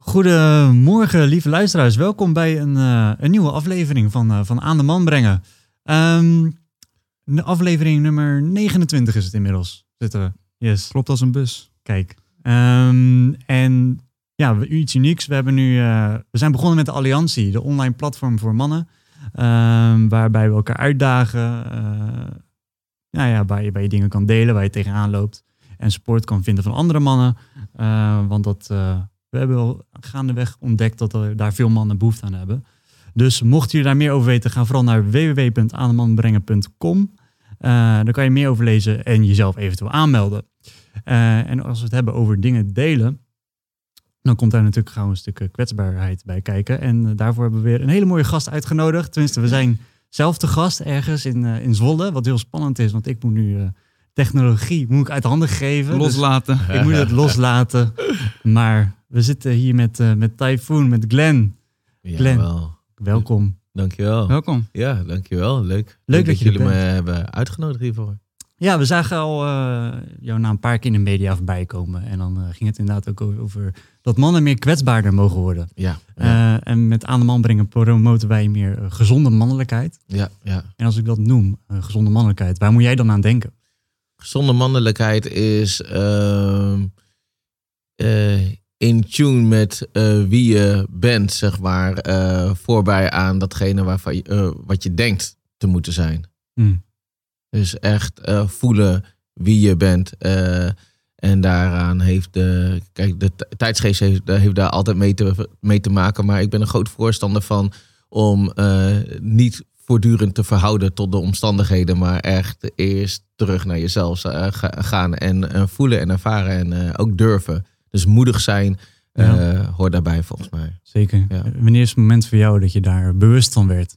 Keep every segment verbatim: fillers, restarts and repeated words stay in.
Goedemorgen, lieve luisteraars. Welkom bij een, uh, een nieuwe aflevering van, uh, van Aan de Man Brengen. Um, aflevering nummer negenentwintig is het inmiddels. Zitten we. Yes. Klopt als een bus. Kijk. Um, en ja, iets unieks. We, hebben nu, uh, we zijn begonnen met de Alliantie, de online platform voor mannen. Um, waarbij we elkaar uitdagen. Uh, ja, ja, waar, je, waar je dingen kan delen, waar je tegenaan loopt. En support kan vinden van andere mannen. Uh, want dat... Uh, We hebben al gaandeweg ontdekt dat er daar veel mannen behoefte aan hebben. Dus mocht jullie daar meer over weten, ga vooral naar w w w punt aan de man brengen punt com. Uh, dan kan je meer over lezen en jezelf eventueel aanmelden. Uh, en als we het hebben over dingen delen, dan komt daar natuurlijk gauw een stuk kwetsbaarheid bij kijken. En uh, daarvoor hebben we weer een hele mooie gast uitgenodigd. Tenminste, we zijn zelf te gast ergens in, uh, in Zwolle, wat heel spannend is, want ik moet nu... Uh, technologie moet ik uit handen geven. Loslaten. Dus ik moet het loslaten. Maar we zitten hier met, uh, met Typhoon, met Glenn. Ja, Glenn, wel. welkom. Dankjewel. Welkom. Ja, dankjewel. Leuk. Leuk, Leuk dat, dat jullie je me bent. hebben uitgenodigd hiervoor. Ja, we zagen al uh, jouw naam een paar keer in de media voorbij komen. En dan uh, ging het inderdaad ook over, over dat mannen meer kwetsbaarder mogen worden. Ja. ja. Uh, en met Aan de Man Brengen promoten wij meer uh, gezonde mannelijkheid. Ja, ja. En als ik dat noem, uh, gezonde mannelijkheid, waar moet jij dan aan denken? Gezonde mannelijkheid is uh, uh, in tune met uh, wie je bent, zeg maar. Uh, voorbij aan datgene waarvan je, uh, wat je denkt te moeten zijn. Hmm. Dus echt uh, voelen wie je bent. Uh, en daaraan heeft de... Kijk, de t- tijdsgeest heeft, heeft daar altijd mee te, mee te maken. Maar ik ben een groot voorstander van om uh, niet... voortdurend te verhouden tot de omstandigheden, maar echt eerst terug naar jezelf uh, gaan en uh, voelen en ervaren en uh, ook durven. Dus moedig zijn uh, ja. hoort daarbij volgens mij. Zeker. Ja. Wanneer is het moment voor jou dat je daar bewust van werd?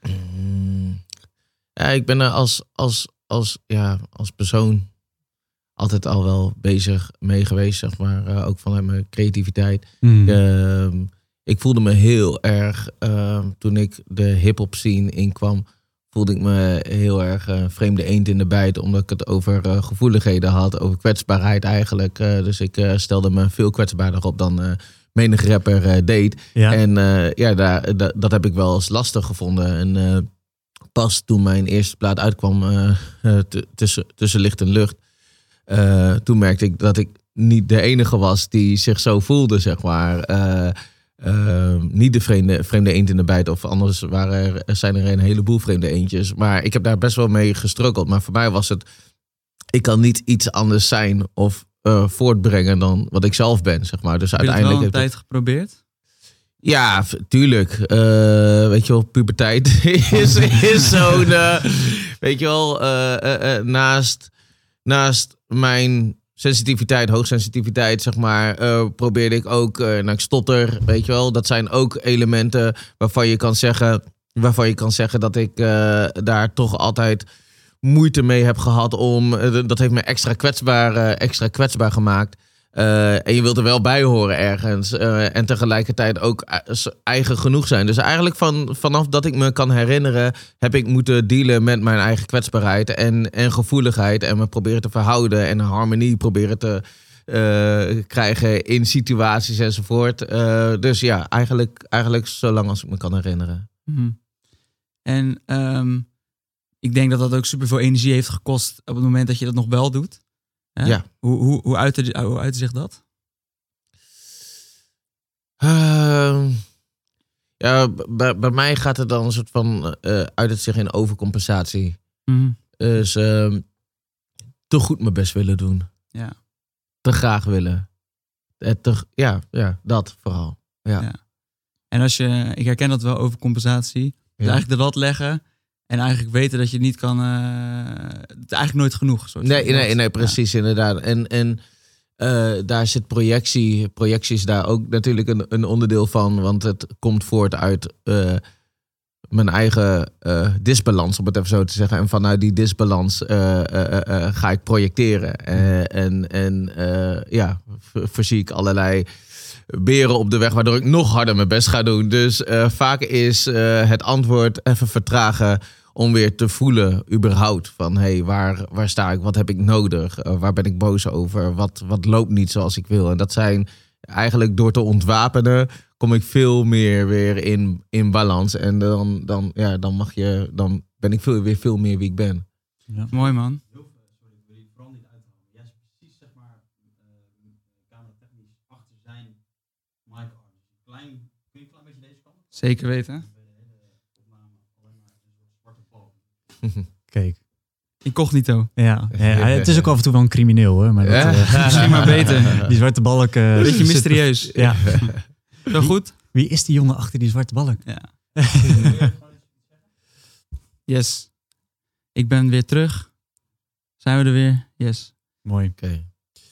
Mm. Ja, ik ben er als, als, als, ja, als persoon altijd al wel bezig mee geweest, zeg maar. Uh, ook vanuit mijn creativiteit. Mm. Uh, Ik voelde me heel erg, uh, toen ik de hip-hop scene inkwam, voelde ik me heel erg uh, vreemde eend in de bijt, omdat ik het over uh, gevoeligheden had, over kwetsbaarheid eigenlijk. Uh, dus ik uh, stelde me veel kwetsbaarder op dan uh, menig rapper uh, deed. Ja. En uh, ja, daar, da, dat heb ik wel eens lastig gevonden. En uh, pas toen mijn eerste plaat uitkwam, uh, uh, t- tussen, tussen licht en lucht, uh, toen merkte ik dat ik niet de enige was die zich zo voelde, zeg maar. Uh, Uh, niet de vreemde, vreemde eend in de bijt, of anders waren er, zijn er een heleboel vreemde eendjes. Maar ik heb daar best wel mee gestruggeld. Maar voor mij was het, ik kan niet iets anders zijn of uh, voortbrengen dan wat ik zelf ben, zeg maar. Dus heb je uiteindelijk het wel een heb tijd geprobeerd? Ja, tuurlijk. Uh, weet je wel, puberteit is, is zo'n, uh, weet je wel, uh, uh, uh, naast, naast mijn... sensitiviteit, hoogsensitiviteit, zeg maar, uh, probeerde ik ook, uh, nou, ik stotter, weet je wel. Dat zijn ook elementen waarvan je kan zeggen, waarvan je kan zeggen dat ik uh, daar toch altijd moeite mee heb gehad om, uh, dat heeft me extra kwetsbaar, uh, extra kwetsbaar gemaakt. Uh, en je wilt er wel bij horen ergens. Uh, en tegelijkertijd ook eigen genoeg zijn. Dus eigenlijk van, vanaf dat ik me kan herinneren, heb ik moeten dealen met mijn eigen kwetsbaarheid en, en gevoeligheid. En me proberen te verhouden en een harmonie proberen te uh, krijgen in situaties enzovoort. Uh, dus ja, eigenlijk, eigenlijk zolang als ik me kan herinneren. Mm-hmm. En um, ik denk dat dat ook superveel energie heeft gekost op het moment dat je dat nog wel doet. Ja. ja. Hoe, hoe, hoe, uitte, hoe uitte zich dat? Uh, ja, bij, bij mij gaat het dan een soort van uh, uit het zich in overcompensatie. Mm-hmm. Dus uh, te goed mijn best willen doen. Ja. Te graag willen. Te, ja, ja, dat vooral. Ja. Ja. En als je, ik herken dat wel, overcompensatie. Dus ja. eigenlijk de lat leggen. En eigenlijk weten dat je het niet kan... Uh, het is eigenlijk nooit genoeg. Soort nee, nee, nee, precies, ja. inderdaad. En, en uh, daar zit projectie. Projectie is daar ook natuurlijk een, een onderdeel van. Want het komt voort uit uh, mijn eigen uh, disbalans, om het even zo te zeggen. En vanuit die disbalans uh, uh, uh, uh, ga ik projecteren. Uh, en en uh, ja, v- voorzie ik allerlei beren op de weg, waardoor ik nog harder mijn best ga doen. Dus uh, vaak is uh, het antwoord even vertragen om weer te voelen überhaupt van hé, hey, waar, waar sta ik? Wat heb ik nodig? Uh, waar ben ik boos over? Wat, wat loopt niet zoals ik wil? En dat zijn eigenlijk door te ontwapenen, kom ik veel meer weer in, in balans. En dan, dan, ja, dan, mag je, dan ben ik veel, weer veel meer wie ik ben. Ja. Mooi, man. Zeker weten. Kijk. Incognito. Ja, ja, het is ook af en toe wel een crimineel, hoor. Maar dat, Ja. uh, Misschien maar beter. die zwarte balk... Uh, Beetje zit- mysterieus. Ja. Zo goed? Wie is die jongen achter die zwarte balk? Ja. Yes. Ik ben weer terug. Zijn we er weer? Yes. Mooi. Oké.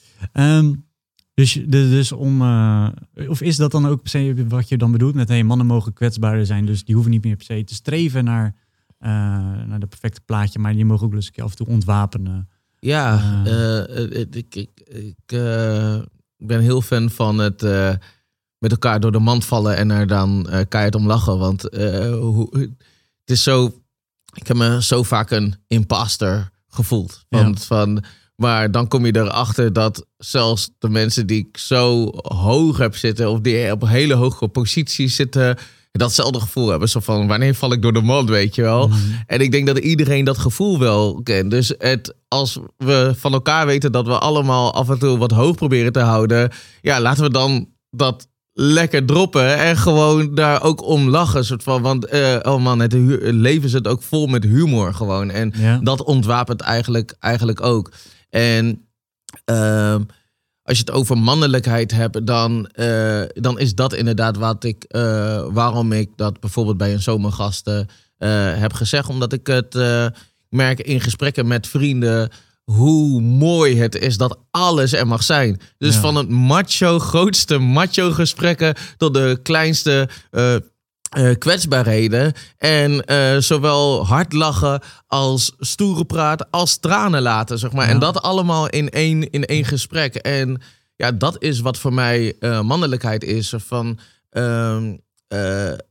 Um, dus, je- de- dus om... Uh, of is dat dan ook per se wat je dan bedoelt met... Hey, mannen mogen kwetsbaarder zijn, dus die hoeven niet meer per se te streven naar... Uh, naar de perfecte plaatje, maar die mogen ook wel eens een keer af en toe ontwapenen. Ja, Uh. uh, ik, ik, ik, ik uh, ben heel fan van het uh, met elkaar door de mand vallen en er dan uh, keihard om lachen. Want uh, hoe, het is zo... Ik heb me zo vaak een imposter gevoeld. Want Ja. van... Maar dan kom je erachter dat zelfs de mensen die ik zo hoog heb zitten... of die op een hele hoge positie zitten... datzelfde gevoel hebben. Zo van, wanneer val ik door de mand, weet je wel? Mm-hmm. En ik denk dat iedereen dat gevoel wel kent. Dus het, als we van elkaar weten dat we allemaal af en toe wat hoog proberen te houden... ja, laten we dan dat lekker droppen en gewoon daar ook om lachen. Soort van, want, uh, oh man, het, hu- het leven zit ook vol met humor gewoon. En Ja. dat ontwapent eigenlijk, eigenlijk ook. En... Uh, Als je het over mannelijkheid hebt, dan, uh, dan is dat inderdaad wat ik, uh, waarom ik dat bijvoorbeeld bij een zomergasten uh, heb gezegd. Omdat ik het uh, merk in gesprekken met vrienden hoe mooi het is dat alles er mag zijn. Dus Ja. van het macho, grootste macho gesprekken tot de kleinste... Uh, Uh, kwetsbaarheden en uh, zowel hard lachen als stoere praten als tranen laten, zeg maar. Ja. En dat allemaal in één, in één gesprek. En ja, dat is wat voor mij uh, mannelijkheid is. Van, uh, uh, uh,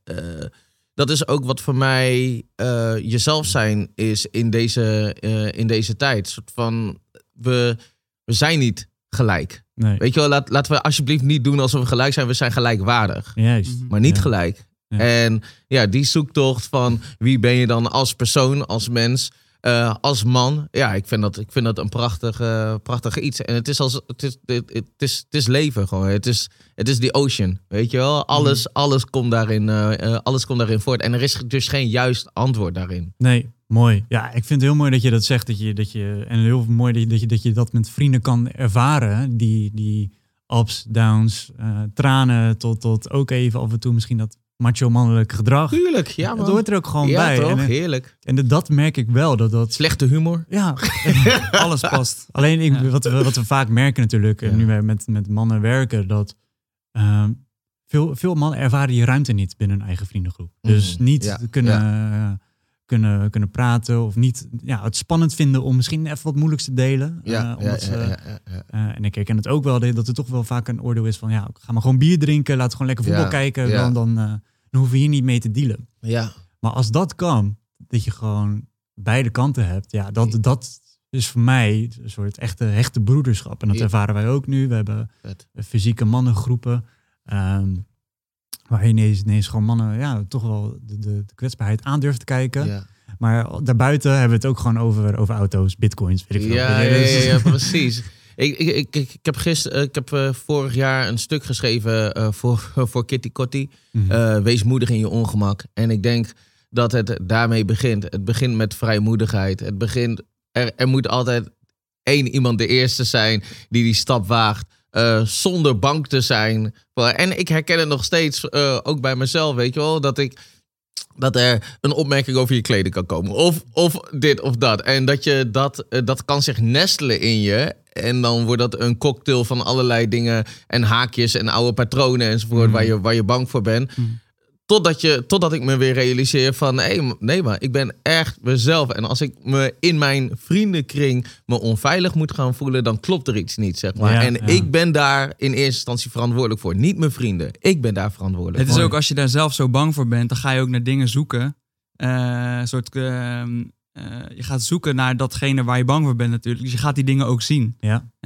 dat is ook wat voor mij uh, jezelf zijn is in deze, uh, in deze tijd. Soort van, we, we zijn niet gelijk. Nee. Weet je wel, laat, laten we alsjeblieft niet doen alsof we gelijk zijn. We zijn gelijkwaardig, Juist. Mhm. maar niet Ja. gelijk. Ja. En ja, die zoektocht van wie ben je dan als persoon, als mens, uh, als man. Ja, ik vind dat, ik vind dat een prachtig, uh, prachtig iets. En het is, als, het, is, het, het, is, het is leven gewoon. Het is, het is die ocean, weet je wel. Alles, mm. alles, komt daarin, uh, uh, alles komt daarin voort. En er is dus geen juist antwoord daarin. Nee, mooi. Ja, ik vind het heel mooi dat je dat zegt. Dat je, dat je, en heel mooi dat je, dat je, dat je dat met vrienden kan ervaren. Die, die ups, downs, uh, tranen tot, tot ook even af en toe misschien dat macho-mannelijk gedrag. Tuurlijk, ja man. Dat hoort er ook gewoon ja, bij. toch? En, Heerlijk. en dat merk ik wel. Dat, dat, Slechte humor. ja, Alles past. alleen ik, Ja. wat, we, wat we vaak merken natuurlijk, Ja. nu wij met, met mannen werken, dat uh, veel, veel mannen ervaren die ruimte niet binnen hun eigen vriendengroep. Dus Mm, niet ja, kunnen, uh, kunnen, kunnen praten of niet ja, het spannend vinden om misschien even wat moeilijks te delen. Ja, Uh, ja, omdat ze, ja, ja, ja, ja. Uh, en ik herken het ook wel, dat er toch wel vaak een oordeel is van, ja, ga maar gewoon bier drinken, laten we gewoon lekker voetbal Ja, kijken, ja. dan, dan, uh, dan hoeven we hier niet mee te dealen. ja. Maar als dat kan, dat je gewoon beide kanten hebt, ja, dat, dat is voor mij een soort echte hechte broederschap. En dat Ja. ervaren wij ook nu. We hebben Vet. fysieke mannengroepen, um, waar je ineens, ineens gewoon mannen, ja, toch wel de, de, de kwetsbaarheid aan durft te kijken. Ja. Maar daarbuiten hebben we het ook gewoon over, over auto's, bitcoins, weet ik veel. Ja, ja, ja, ja, precies. Ik, ik, ik, ik heb gisteren, ik heb uh, vorig jaar een stuk geschreven uh, voor, voor Kitty Kotti. Mhm. Uh, wees moedig in je ongemak. En ik denk dat het daarmee begint. Het begint met vrijmoedigheid. Het begint, er, er moet altijd één iemand de eerste zijn die die stap waagt. Uh, zonder bang te zijn. En ik herken het nog steeds, uh, ook bij mezelf, weet je wel, dat ik... dat er een opmerking over je kleding kan komen. Of, of dit of dat. En dat, je dat, dat kan zich nestelen in je. En dan wordt dat een cocktail van allerlei dingen en haakjes en oude patronen enzovoort, mm. waar, je, waar je bang voor bent. Mm. Totdat, je, totdat ik me weer realiseer van, hey, nee maar, ik ben echt mezelf. En als ik me in mijn vriendenkring me onveilig moet gaan voelen, dan klopt er iets niet, zeg maar. Ja, en ja. ik ben daar in eerste instantie verantwoordelijk voor. Niet mijn vrienden. Ik ben daar verantwoordelijk Het voor. is ook als je daar zelf zo bang voor bent, dan ga je ook naar dingen zoeken. Uh, een soort, uh, uh, je gaat zoeken naar datgene waar je bang voor bent natuurlijk. Dus je gaat die dingen ook zien. Ja. Ja.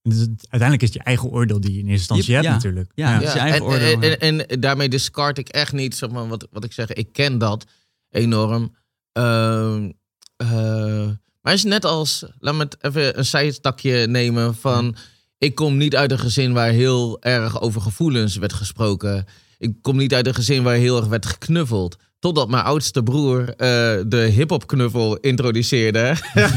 Dus het, uiteindelijk is het je eigen oordeel die je in eerste instantie Je- hebt ja. natuurlijk. Ja, dat is je eigen en, oordeel. en, en, en daarmee discard ik echt niet, zeg maar, wat, wat ik zeg, ik ken dat enorm. Uh, uh, maar het is net als, laat me het even een zijstakje nemen van, ik kom niet uit een gezin waar heel erg over gevoelens werd gesproken. Ik kom niet uit een gezin waar heel erg werd geknuffeld. Totdat mijn oudste broer uh, de hip-hop knuffel introduceerde.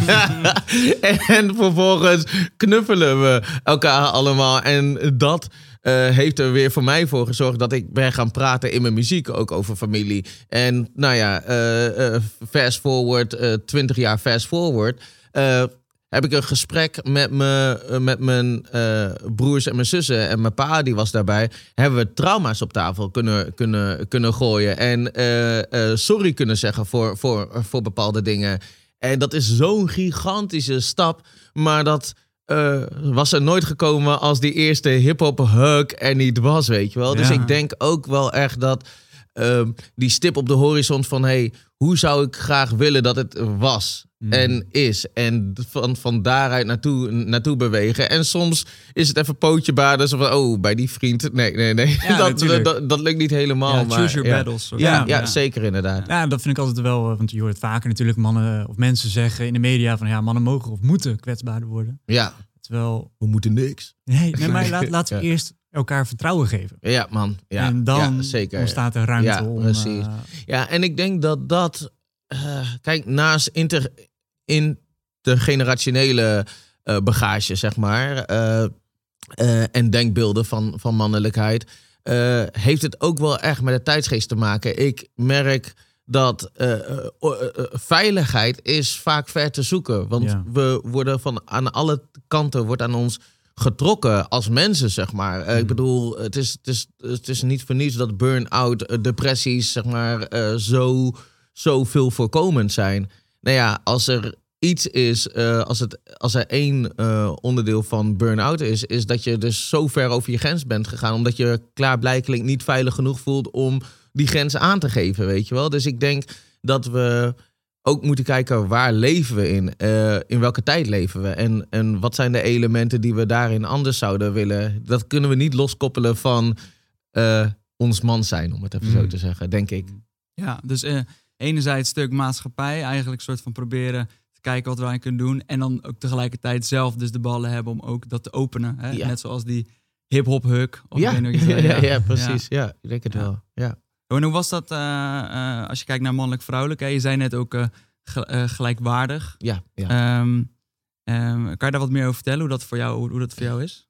En vervolgens knuffelen we elkaar allemaal. En dat uh, heeft er weer voor mij voor gezorgd dat ik ben gaan praten in mijn muziek ook over familie. En nou ja, uh, uh, fast forward, uh, twintig jaar fast forward. Uh, heb ik een gesprek met, me, met mijn uh, broers en mijn zussen en mijn pa, die was daarbij. Hebben we trauma's op tafel kunnen, kunnen, kunnen gooien. En uh, uh, sorry kunnen zeggen voor, voor, voor bepaalde dingen. En dat is zo'n gigantische stap. Maar dat uh, was er nooit gekomen als die eerste hip-hop hug er niet was, weet je wel. Dus Ja. ik denk ook wel echt dat uh, die stip op de horizon van, hey, hoe zou ik graag willen dat het was en is. En van, van daaruit naartoe, naartoe bewegen. En soms is het even pootje baden. Zo van, oh, bij die vriend. Nee, nee, nee. Ja, dat, natuurlijk. dat, dat lukt niet helemaal. Ja, maar, choose your ja. battles. Soort Ja, van. ja, zeker inderdaad. Ja, dat vind ik altijd wel, eh, want je hoort het vaker natuurlijk, mannen of mensen zeggen in de media van ja, mannen mogen of moeten kwetsbaarder worden. Ja. Terwijl, We moeten niks. nee, nee maar laat, laten we Ja. eerst elkaar vertrouwen geven. Ja, man. Ja, en dan ja, zeker. ontstaat er ruimte Ja, om... precies. eh, Ja, en ik denk dat dat... Uh, kijk, naast inter, intergenerationele uh, bagage, zeg maar... Uh, uh, en denkbeelden van, van mannelijkheid... Uh, heeft het ook wel echt met de tijdsgeest te maken. Ik merk dat uh, uh, uh, uh, veiligheid is vaak ver te zoeken. Want Ja. we worden van aan alle kanten wordt aan ons getrokken als mensen, zeg maar. Uh, ik bedoel, het is, het, is, het is niet voor niets dat burn-out, uh, depressies, zeg maar, uh, zo, zo veel voorkomend zijn. Nou ja, als er iets is, uh, als, het, als er één uh, onderdeel van burn-out is, is dat je dus zo ver over je grens bent gegaan, omdat je klaarblijkelijk niet veilig genoeg voelt om die grens aan te geven, weet je wel. Dus ik denk dat we ook moeten kijken, waar leven we in? Uh, in welke tijd leven we? En, en wat zijn de elementen die we daarin anders zouden willen? Dat kunnen we niet loskoppelen van uh, ons man zijn, om het even Mm. zo te zeggen, denk ik. Ja, dus uh, enerzijds stuk maatschappij, eigenlijk een soort van proberen te kijken wat we aan kunnen doen. En dan ook tegelijkertijd zelf dus de ballen hebben om ook dat te openen. Hè? Ja. Net zoals die hip-hop hug. Of Ja. ik weet niet hoe je het Ja, zei, ja, ja, precies. Ja. ik denk het Ja. wel. Ja. En hoe was dat uh, uh, als je kijkt naar mannelijk-vrouwelijk? Hè? Je zei net ook uh, ge- uh, gelijkwaardig. Ja, ja. Um, um, kan je daar wat meer over vertellen, hoe dat voor jou, hoe, hoe dat voor jou is?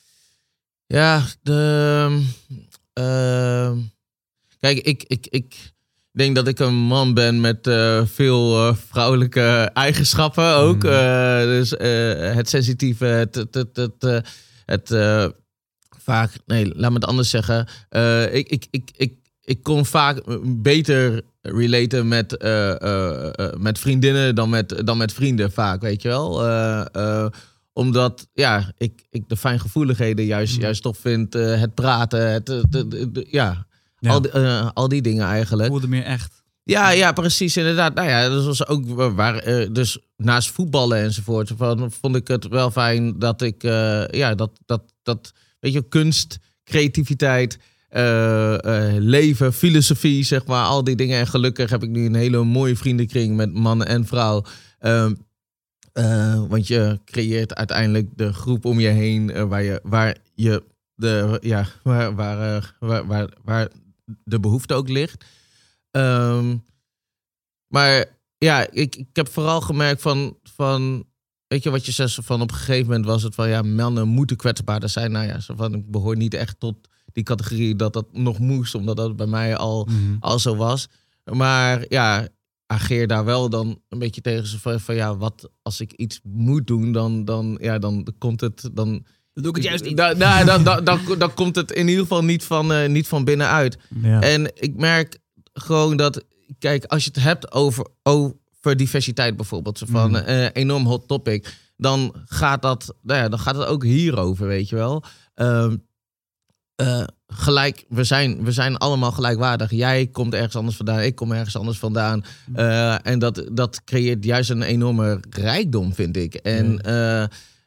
Ja, de... Uh, kijk, ik, ik, ik denk dat ik een man ben met uh, veel uh, vrouwelijke eigenschappen ook. Mm. Uh, dus uh, het sensitieve, het... het, het, het, uh, het uh, vaak... Nee, laat me het anders zeggen. Uh, ik, ik, ik, ik, ik kon vaak beter relaten met, uh, uh, uh, met vriendinnen dan met, dan met vrienden vaak, weet je wel. Uh, uh, omdat ja, ik, ik de fijngevoeligheden juist, Mm. juist toch vind. Uh, het praten, het, de, de, de, de- ja, Ja. Al, die, uh, al die dingen eigenlijk. Voelde meer echt. Ja, ja, precies, inderdaad. Nou ja, dat was ook waar. Uh, dus naast voetballen enzovoort, van, vond ik het wel fijn dat ik, uh, ja, dat, dat, dat, weet je, kunst, creativiteit, uh, uh, leven, filosofie, zeg maar, al die dingen. En gelukkig heb ik nu een hele mooie vriendenkring met man en vrouw. Uh, uh, want je creëert uiteindelijk de groep om je heen uh, waar je, waar je de, ja, waar, waar, uh, waar, waar, waar de behoefte ook ligt. Um, maar ja, ik, ik heb vooral gemerkt van, van, weet je wat je zegt, van op een gegeven moment was het van, ja, mannen moeten kwetsbaarder zijn. Nou ja, zo van, ik behoor niet echt tot die categorie dat dat nog moest, omdat dat bij mij al, Mhm. al zo was. Maar ja, ageer daar wel dan een beetje tegen ze van, van ja, wat als ik iets moet doen, dan, dan, ja, dan komt het, dan... Dan doe ik het juist niet. Da, nou, dan, dan, dan, dan komt het in ieder geval niet van, uh, niet van binnenuit. Ja. En ik merk gewoon dat, kijk, als je het hebt over, over diversiteit bijvoorbeeld, zo van Mm. uh, enorm hot topic, dan gaat dat, nou ja, dan gaat het ook hierover, weet je wel. Uh, uh, gelijk, we zijn, we zijn allemaal gelijkwaardig. Jij komt ergens anders vandaan, ik kom ergens anders vandaan. Uh, en dat, dat creëert juist een enorme rijkdom, vind ik. En uh,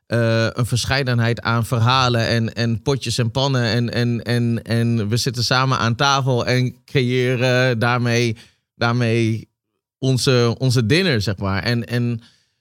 uh, een verscheidenheid aan verhalen en, en potjes en pannen. En, en, en, en we zitten samen aan tafel en creëren daarmee, daarmee onze, onze dinner, zeg maar. En, en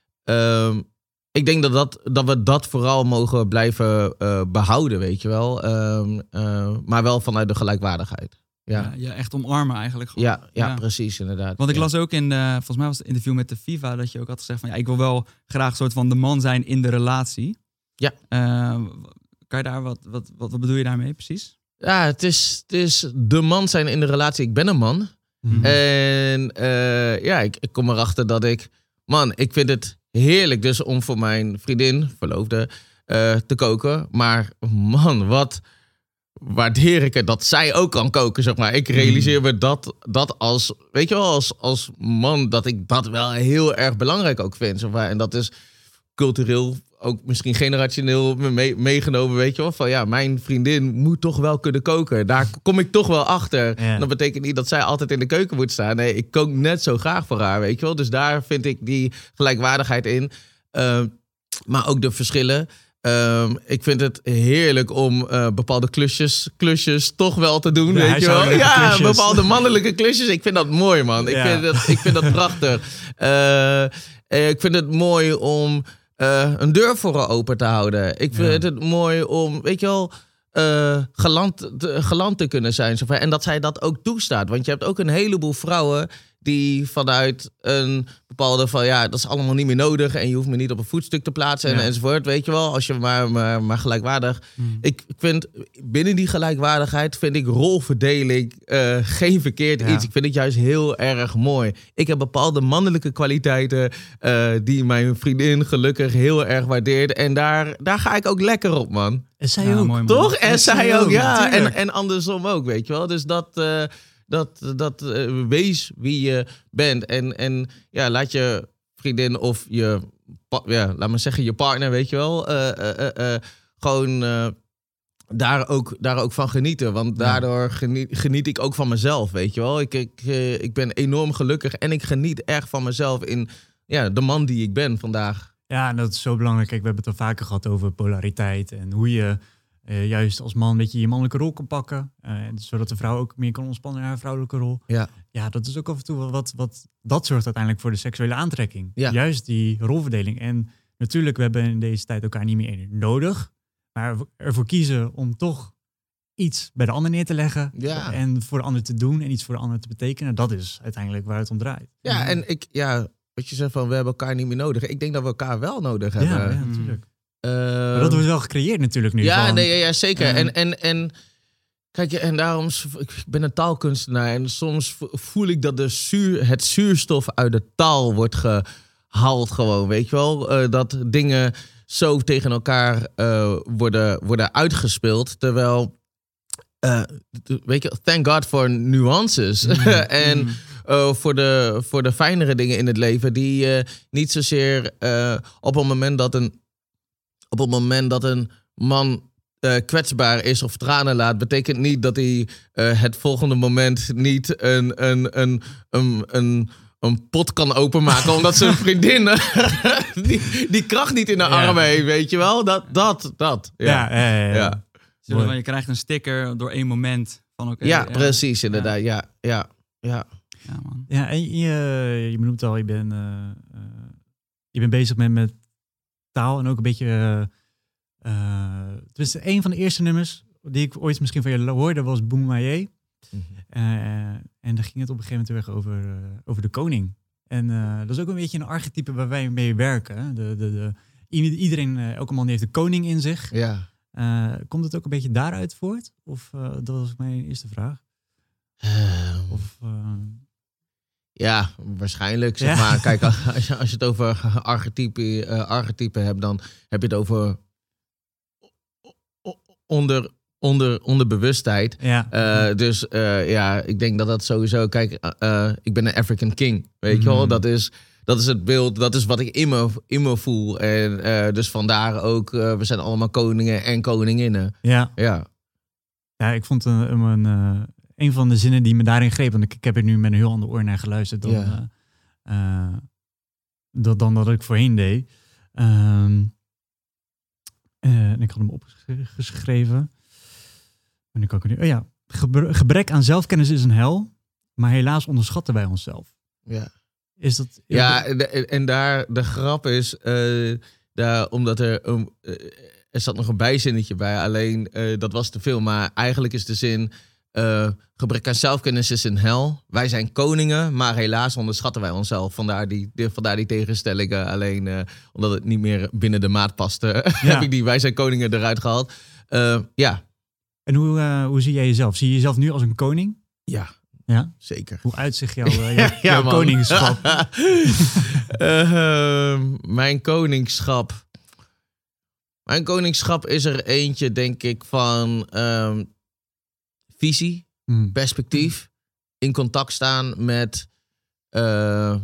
uh, ik denk dat, dat, dat we dat vooral mogen blijven uh, behouden, weet je wel. Uh, uh, maar wel vanuit de gelijkwaardigheid. Ja. Ja, ja, echt omarmen eigenlijk. Gewoon. Ja, ja, Ja. precies, inderdaad. Want ik ja. las ook in, de, volgens mij was het interview met de FIFA, dat je ook had gezegd van ja, ik wil wel graag een soort van de man zijn in de relatie. Ja. Uh, kan je daar wat, wat, wat, wat bedoel je daarmee precies? Ja, het is, het is de man zijn in de relatie. Ik ben een man. Mhm. En uh, ja, ik, ik kom erachter dat ik... Man, ik vind het heerlijk dus om voor mijn vriendin, verloofde, uh, te koken. Maar man, wat waardeer ik het dat zij ook kan koken, zeg maar. Ik realiseer me dat, dat als, weet je wel, als, als man, dat ik dat wel heel erg belangrijk ook vind. Zeg maar. En dat is cultureel, ook misschien generationeel mee, meegenomen, weet je wel. Van ja, mijn vriendin moet toch wel kunnen koken. Daar kom ik toch wel achter. Ja. Dat betekent niet dat zij altijd in de keuken moet staan. Nee, ik kook net zo graag voor haar, weet je wel. Dus daar vind ik die gelijkwaardigheid in. Uh, maar ook de verschillen. Um, ik vind het heerlijk om uh, bepaalde klusjes, klusjes toch wel te doen, De weet je wel. Ja, klusjes. bepaalde mannelijke klusjes. Ik vind dat mooi, man. Ik, Ja. vind, dat, ik vind dat prachtig. Uh, ik vind het mooi om uh, een deur voor haar open te houden. Ik vind Ja. het mooi om, weet je wel, uh, galant, te, galant te kunnen zijn. Zover. En dat zij dat ook toestaat. Want je hebt ook een heleboel vrouwen die vanuit een bepaalde van ja, dat is allemaal niet meer nodig en je hoeft me niet op een voetstuk te plaatsen en, Ja. enzovoort, weet je wel, als je maar, maar, maar gelijkwaardig. Mm. Ik, ik vind binnen die gelijkwaardigheid vind ik rolverdeling uh, geen verkeerd Ja. iets. Ik vind het juist heel erg mooi. Ik heb bepaalde mannelijke kwaliteiten uh, die mijn vriendin gelukkig heel erg waardeert en daar, daar ga ik ook lekker op, man. En zij Ja, ook. mooi, man. Toch? En En zij zij ook, ook, ja. En, natuurlijk. en andersom ook, weet je wel. Dus dat, uh, dat, dat uh, wees wie je bent. En, en ja, laat je vriendin of je, pa- ja, laat maar zeggen, je partner, weet je wel, uh, uh, uh, uh, gewoon uh, daar, ook, daar ook van genieten. Want daardoor geniet, geniet ik ook van mezelf, weet je wel. Ik, ik, uh, ik ben enorm gelukkig en ik geniet echt van mezelf in ja, de man die ik ben vandaag. Ja, en dat is zo belangrijk. Kijk, we hebben het al vaker gehad over polariteit en hoe je uh, juist als man een beetje je mannelijke rol kan pakken. Uh, zodat de vrouw ook meer kan ontspannen in haar vrouwelijke rol. Ja. Ja, dat is ook af en toe wel wat, wat... Dat zorgt uiteindelijk voor de seksuele aantrekking. Ja. Juist die rolverdeling. En natuurlijk, we hebben in deze tijd elkaar niet meer nodig. Maar ervoor kiezen om toch iets bij de ander neer te leggen. Ja. En voor de ander te doen en iets voor de ander te betekenen. Dat is uiteindelijk waar het om draait. Ja, en ik, ja, wat je zegt van we hebben elkaar niet meer nodig. Ik denk dat we elkaar wel nodig hebben. Ja, ja, Mm. natuurlijk. Uh, Maar dat wordt wel gecreëerd natuurlijk nu. Ja, van, nee, ja, ja zeker. eh, en, en, en kijk, en daarom, ik ben een taalkunstenaar en soms voel ik dat de zuur, het zuurstof uit de taal wordt gehaald gewoon, weet je wel? Uh, dat dingen zo tegen elkaar uh, worden, worden uitgespeeld, terwijl, uh, weet je, thank God for nuances. Mm. en Mm. uh, voor, de, voor de fijnere dingen in het leven die uh, niet zozeer uh, op het moment dat een op het moment dat een man uh, kwetsbaar is of tranen laat, betekent niet dat hij uh, het volgende moment niet een, een, een, een, een, een pot kan openmaken, omdat zijn vriendin die, die kracht niet in de Ja. armen heeft, weet je wel? Dat, dat, dat. Ja, Ja, ja, ja, ja. ja. Zo Mooi. van, je krijgt een sticker door één moment van oké. ja ja, precies, inderdaad. Ja, ja, ja. Ja, man. Ja, en je, je benoemt al, je bent, uh, uh, je bent bezig met, met taal en ook een beetje... Uh, uh, tenminste, een van de eerste nummers die ik ooit misschien van je hoorde was Boom Maye. Mm-hmm. Uh, en daar ging het op een gegeven moment weer over, uh, over de koning. En uh, dat is ook een beetje een archetype waar wij mee werken. Hè? De, de, de, iedereen, uh, elke man heeft de koning in zich. ja. Uh, komt het ook een beetje daaruit voort? Of uh, dat was mijn eerste vraag. Um, Of... Uh, Ja, waarschijnlijk. Zeg Ja. maar. Kijk, als je, als je het over archetype, uh, archetype hebt, dan heb je het over onder, onder, onderbewustheid. ja. Uh, dus uh, ja, ik denk dat dat sowieso... Kijk, uh, ik ben een African king, weet je wel? Mm. Dat is, dat is het beeld, dat is wat ik in me, in me voel. En uh, dus vandaar ook, uh, we zijn allemaal koningen en koninginnen. ja. Ja, Ja, ik vond een, een, uh, een van de zinnen die me daarin greep, want ik, ik heb er nu met een heel ander oor naar geluisterd dan, Ja. uh, uh, dat, dan dat ik voorheen deed. Um, Uh, en ik had hem opgeschreven. En nu kan ik er nu... Oh ja, Gebre- gebrek aan zelfkennis is een hel, maar helaas onderschatten wij onszelf. Ja. Is dat... Ja, en, en daar de grap is, uh, daar, omdat er... Um, uh, er zat nog een bijzinnetje bij, alleen uh, dat was te veel. Maar eigenlijk is de zin... Uh, gebrek aan zelfkennis is een hel. Wij zijn koningen, maar helaas onderschatten wij onszelf. Vandaar die, die, vandaar die tegenstellingen. Alleen uh, omdat het niet meer binnen de maat paste, ja. heb ik die wij zijn koningen eruit gehaald. Uh, ja. En hoe, uh, hoe zie jij jezelf? Zie je jezelf nu als een koning? Ja, ja? Zeker. Hoe uitzicht jouw, uh, jouw, ja, jouw koningschap? uh, mijn koningschap... Mijn koningschap is er eentje, denk ik, van um, visie, hmm. perspectief, in contact staan met... Uh,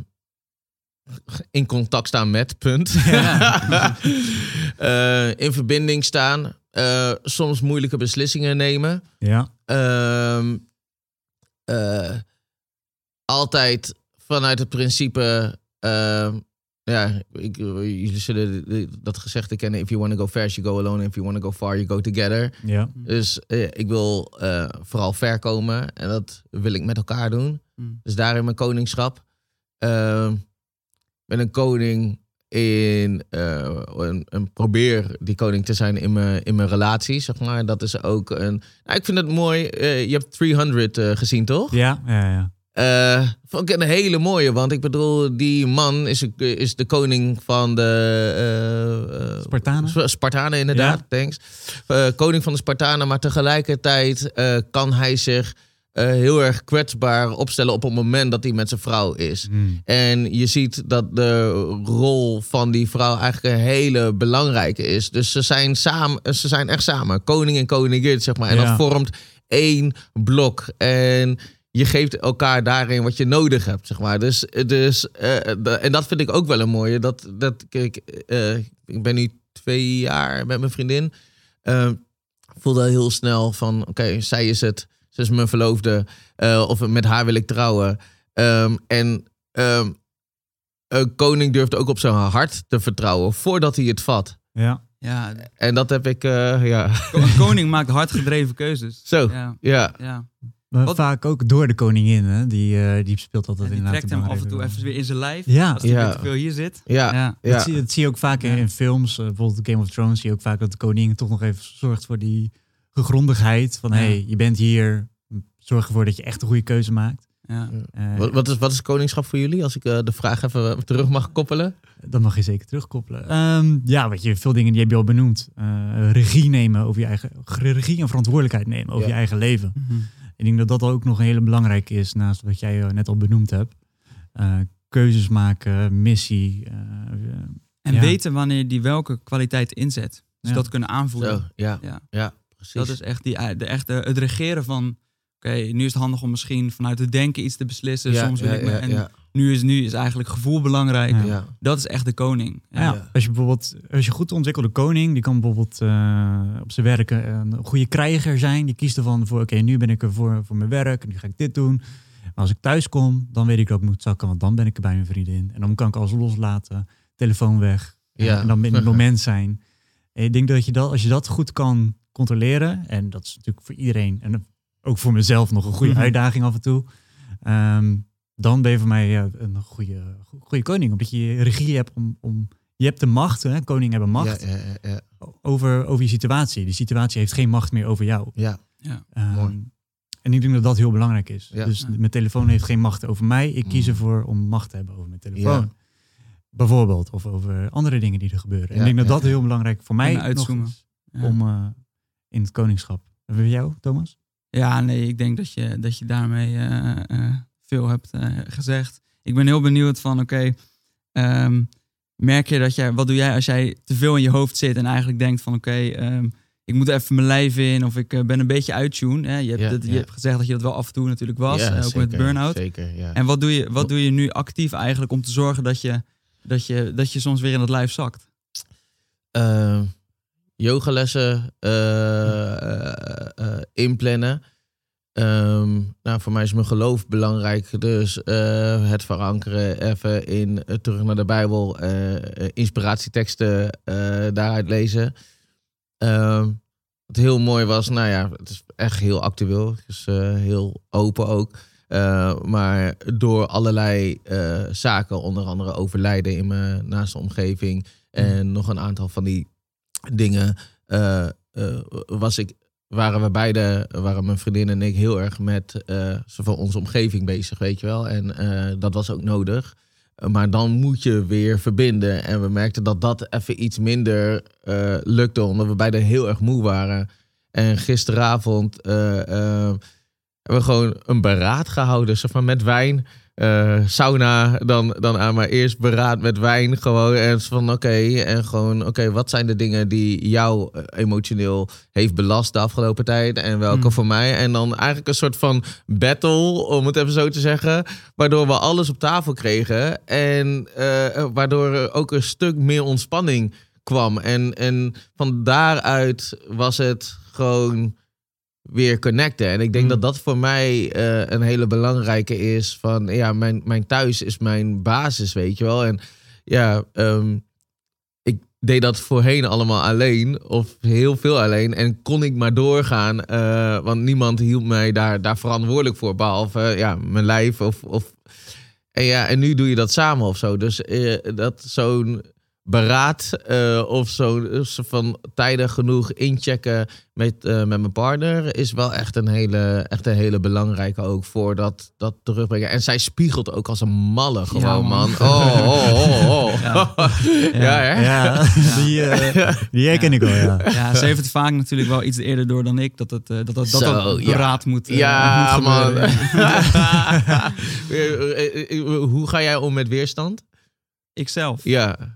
in contact staan met, punt. Ja. uh, in verbinding staan. Uh, soms moeilijke beslissingen nemen. Ja. Uh, uh, altijd vanuit het principe... Uh, ja, ik, jullie zullen dat gezegde kennen. If you want to go fast, you go alone. If you want to go far, you go together. Ja. Dus uh, ik wil uh, vooral ver komen. En dat wil ik met elkaar doen. Mm. Dus daarin mijn koningschap. Uh, ben een koning in... Uh, en, en probeer die koning te zijn in mijn, in mijn relatie, zeg maar. Dat is ook een... Nou, ik vind het mooi. Uh, je hebt driehonderd uh, gezien, toch? Ja, ja, ja. Uh, vond ik een hele mooie, want ik bedoel, die man is, is de koning van de... Uh, uh, Spartanen? Spartanen, inderdaad, ja. Thanks. Uh, koning van de Spartanen, maar tegelijkertijd uh, kan hij zich uh, heel erg kwetsbaar opstellen op het moment dat hij met zijn vrouw is. Hmm. En je ziet dat de rol van die vrouw eigenlijk een hele belangrijke is. Dus ze zijn, samen, ze zijn echt samen, koning en koningin, zeg maar. En ja. dat vormt één blok. En... je geeft elkaar daarin wat je nodig hebt, zeg maar. Dus, dus uh, en dat vind ik ook wel een mooie. Dat, dat, kijk, uh, ik ben nu twee jaar met mijn vriendin. Uh, voelde heel snel van, oké, okay, zij is het. Ze is mijn verloofde. Uh, of met haar wil ik trouwen. Um, en um, een koning durft ook op zijn hart te vertrouwen voordat hij het vat. Ja. Ja. En dat heb ik, uh, ja. Een koning maakt hardgedreven keuzes. Zo, ja. ja. ja. Maar Wat? Vaak ook door de koningin, hè? Die, uh, die speelt altijd ja, die inderdaad. Die trekt hem af en toe even weer in zijn lijf. Ja. Als hij ja. te veel hier zit. Ja. ja. ja. Dat, zie, dat zie je ook vaak in, in films. Uh, bijvoorbeeld Game of Thrones zie je ook vaak dat de koning toch nog even zorgt voor die gegrondigheid. Van, ja. hé, hey, je bent hier. Zorg ervoor dat je echt een goede keuze maakt. Ja. Uh, wat, wat, is, wat is koningschap voor jullie? Als ik uh, de vraag even terug mag koppelen. Dat mag je zeker terugkoppelen. Um, ja, weet je, veel dingen die heb je al benoemd. Uh, regie nemen over je eigen... Regie en verantwoordelijkheid nemen over ja. je eigen leven. Mm-hmm. Ik denk dat dat ook nog een hele belangrijke is, naast wat jij net al benoemd hebt. Uh, keuzes maken, missie. Uh, uh, en ja. weten wanneer je die welke kwaliteit inzet. Dus ja. dat kunnen aanvoelen. Zo, ja. Ja. ja, precies. Dat is echt die, de, echt de, het regeren van... Oké, okay, nu is het handig om misschien vanuit het denken iets te beslissen. Ja, Soms wil ja, ik me, ja, en ja. nu is, nu is eigenlijk gevoel belangrijk. Ja. Ja. Dat is echt de koning. Ja. Ja. Als je bijvoorbeeld, als je goed ontwikkelde koning, die kan bijvoorbeeld uh, op zijn werk een goede krijger zijn. Die kiest ervan voor, oké, okay, nu ben ik er voor, voor mijn werk en nu ga ik dit doen. Maar als ik thuis kom, dan weet ik dat ik moet zakken, want dan ben ik er bij mijn vriendin. En dan kan ik alles loslaten, telefoon weg. Ja. En dan in het moment zijn. En ik denk dat je dat, als je dat goed kan controleren, en dat is natuurlijk voor iedereen, en ook voor mezelf nog een goede uitdaging af en toe. Um, dan ben je voor mij ja, een goede, goede koning. Omdat je regie hebt om... om je hebt de macht, hè? Koningen hebben macht ja, ja, ja, ja. Over, over je situatie. Die situatie heeft geen macht meer over jou. Ja, ja. Um, mooi. En ik denk dat dat heel belangrijk is. Ja. Dus ja. mijn telefoon heeft geen macht over mij. Ik kies ervoor om macht te hebben over mijn telefoon. Ja. Bijvoorbeeld. Of over andere dingen die er gebeuren. Ja, en ik denk dat ja, dat ja. heel belangrijk voor mij nog is. Ja. Om uh, in het koningschap. En voor jou, Thomas? Ja, nee, ik denk dat je, dat je daarmee uh, uh, veel hebt uh, gezegd. Ik ben heel benieuwd van, oké, okay, um, merk je dat jij, wat doe jij als jij te veel in je hoofd zit en eigenlijk denkt van, oké, okay, um, ik moet even mijn lijf in of ik uh, ben een beetje uittune. Hè? Je, hebt, ja, dat, je ja. hebt gezegd dat je dat wel af en toe natuurlijk was, ja, uh, ook zeker, met burn-out. Zeker, ja. En wat doe je, wat doe je nu actief eigenlijk om te zorgen dat je, dat je, dat je soms weer in het lijf zakt? Uh, yogalessen uh, uh, uh, inplannen. Um, nou, voor mij is mijn geloof belangrijk. Dus uh, het verankeren even in uh, terug naar de Bijbel. Uh, inspiratieteksten uh, daaruit lezen. uh, wat heel mooi was, nou ja, het is echt heel actueel. Het is uh, heel open ook. Uh, maar door allerlei uh, zaken, onder andere overlijden in mijn naaste omgeving en mm. nog een aantal van die dingen, uh, uh, was ik, waren we beide, waren mijn vriendin en ik heel erg met uh, van onze omgeving bezig, weet je wel. En uh, dat was ook nodig. Uh, maar dan moet je weer verbinden. En we merkten dat dat even iets minder uh, lukte, omdat we beide heel erg moe waren. En gisteravond uh, uh, hebben we gewoon een beraad gehouden, zo van met wijn. Uh, sauna dan, dan aan, maar eerst beraad met wijn gewoon. En van oké, okay, en gewoon oké, okay, wat zijn de dingen die jou emotioneel heeft belast de afgelopen tijd en welke mm. voor mij? En dan eigenlijk een soort van battle, om het even zo te zeggen, waardoor we alles op tafel kregen en uh, waardoor er ook een stuk meer ontspanning kwam. En, en van daaruit was het gewoon weer connecten. En ik denk mm. dat dat voor mij uh, een hele belangrijke is. Van ja, mijn, mijn thuis is mijn basis, weet je wel. En ja, um, ik deed dat voorheen allemaal alleen. Of heel veel alleen. En kon ik maar doorgaan. Uh, want niemand hield mij daar, daar verantwoordelijk voor. Behalve ja, mijn lijf. Of, of... En, ja, en nu doe je dat samen of zo. Dus uh, dat zo'n beraad uh, of zo van tijden genoeg inchecken met, uh, met mijn partner is wel echt een hele, echt een hele belangrijke ook voor dat, dat terugbrengen. En zij spiegelt ook als een malle gewoon, ja, man. man. Oh, oh, oh, oh. Ja, ja, ja, ja. Die, uh, die herken ik wel, ja. Ja, ze heeft het vaak natuurlijk wel iets eerder door dan ik, dat het, uh, dat, dat, dat, Zo, dat beraad ja. moet uh, Ja, moet man. Hoe ga jij om met weerstand? Ikzelf? Ja.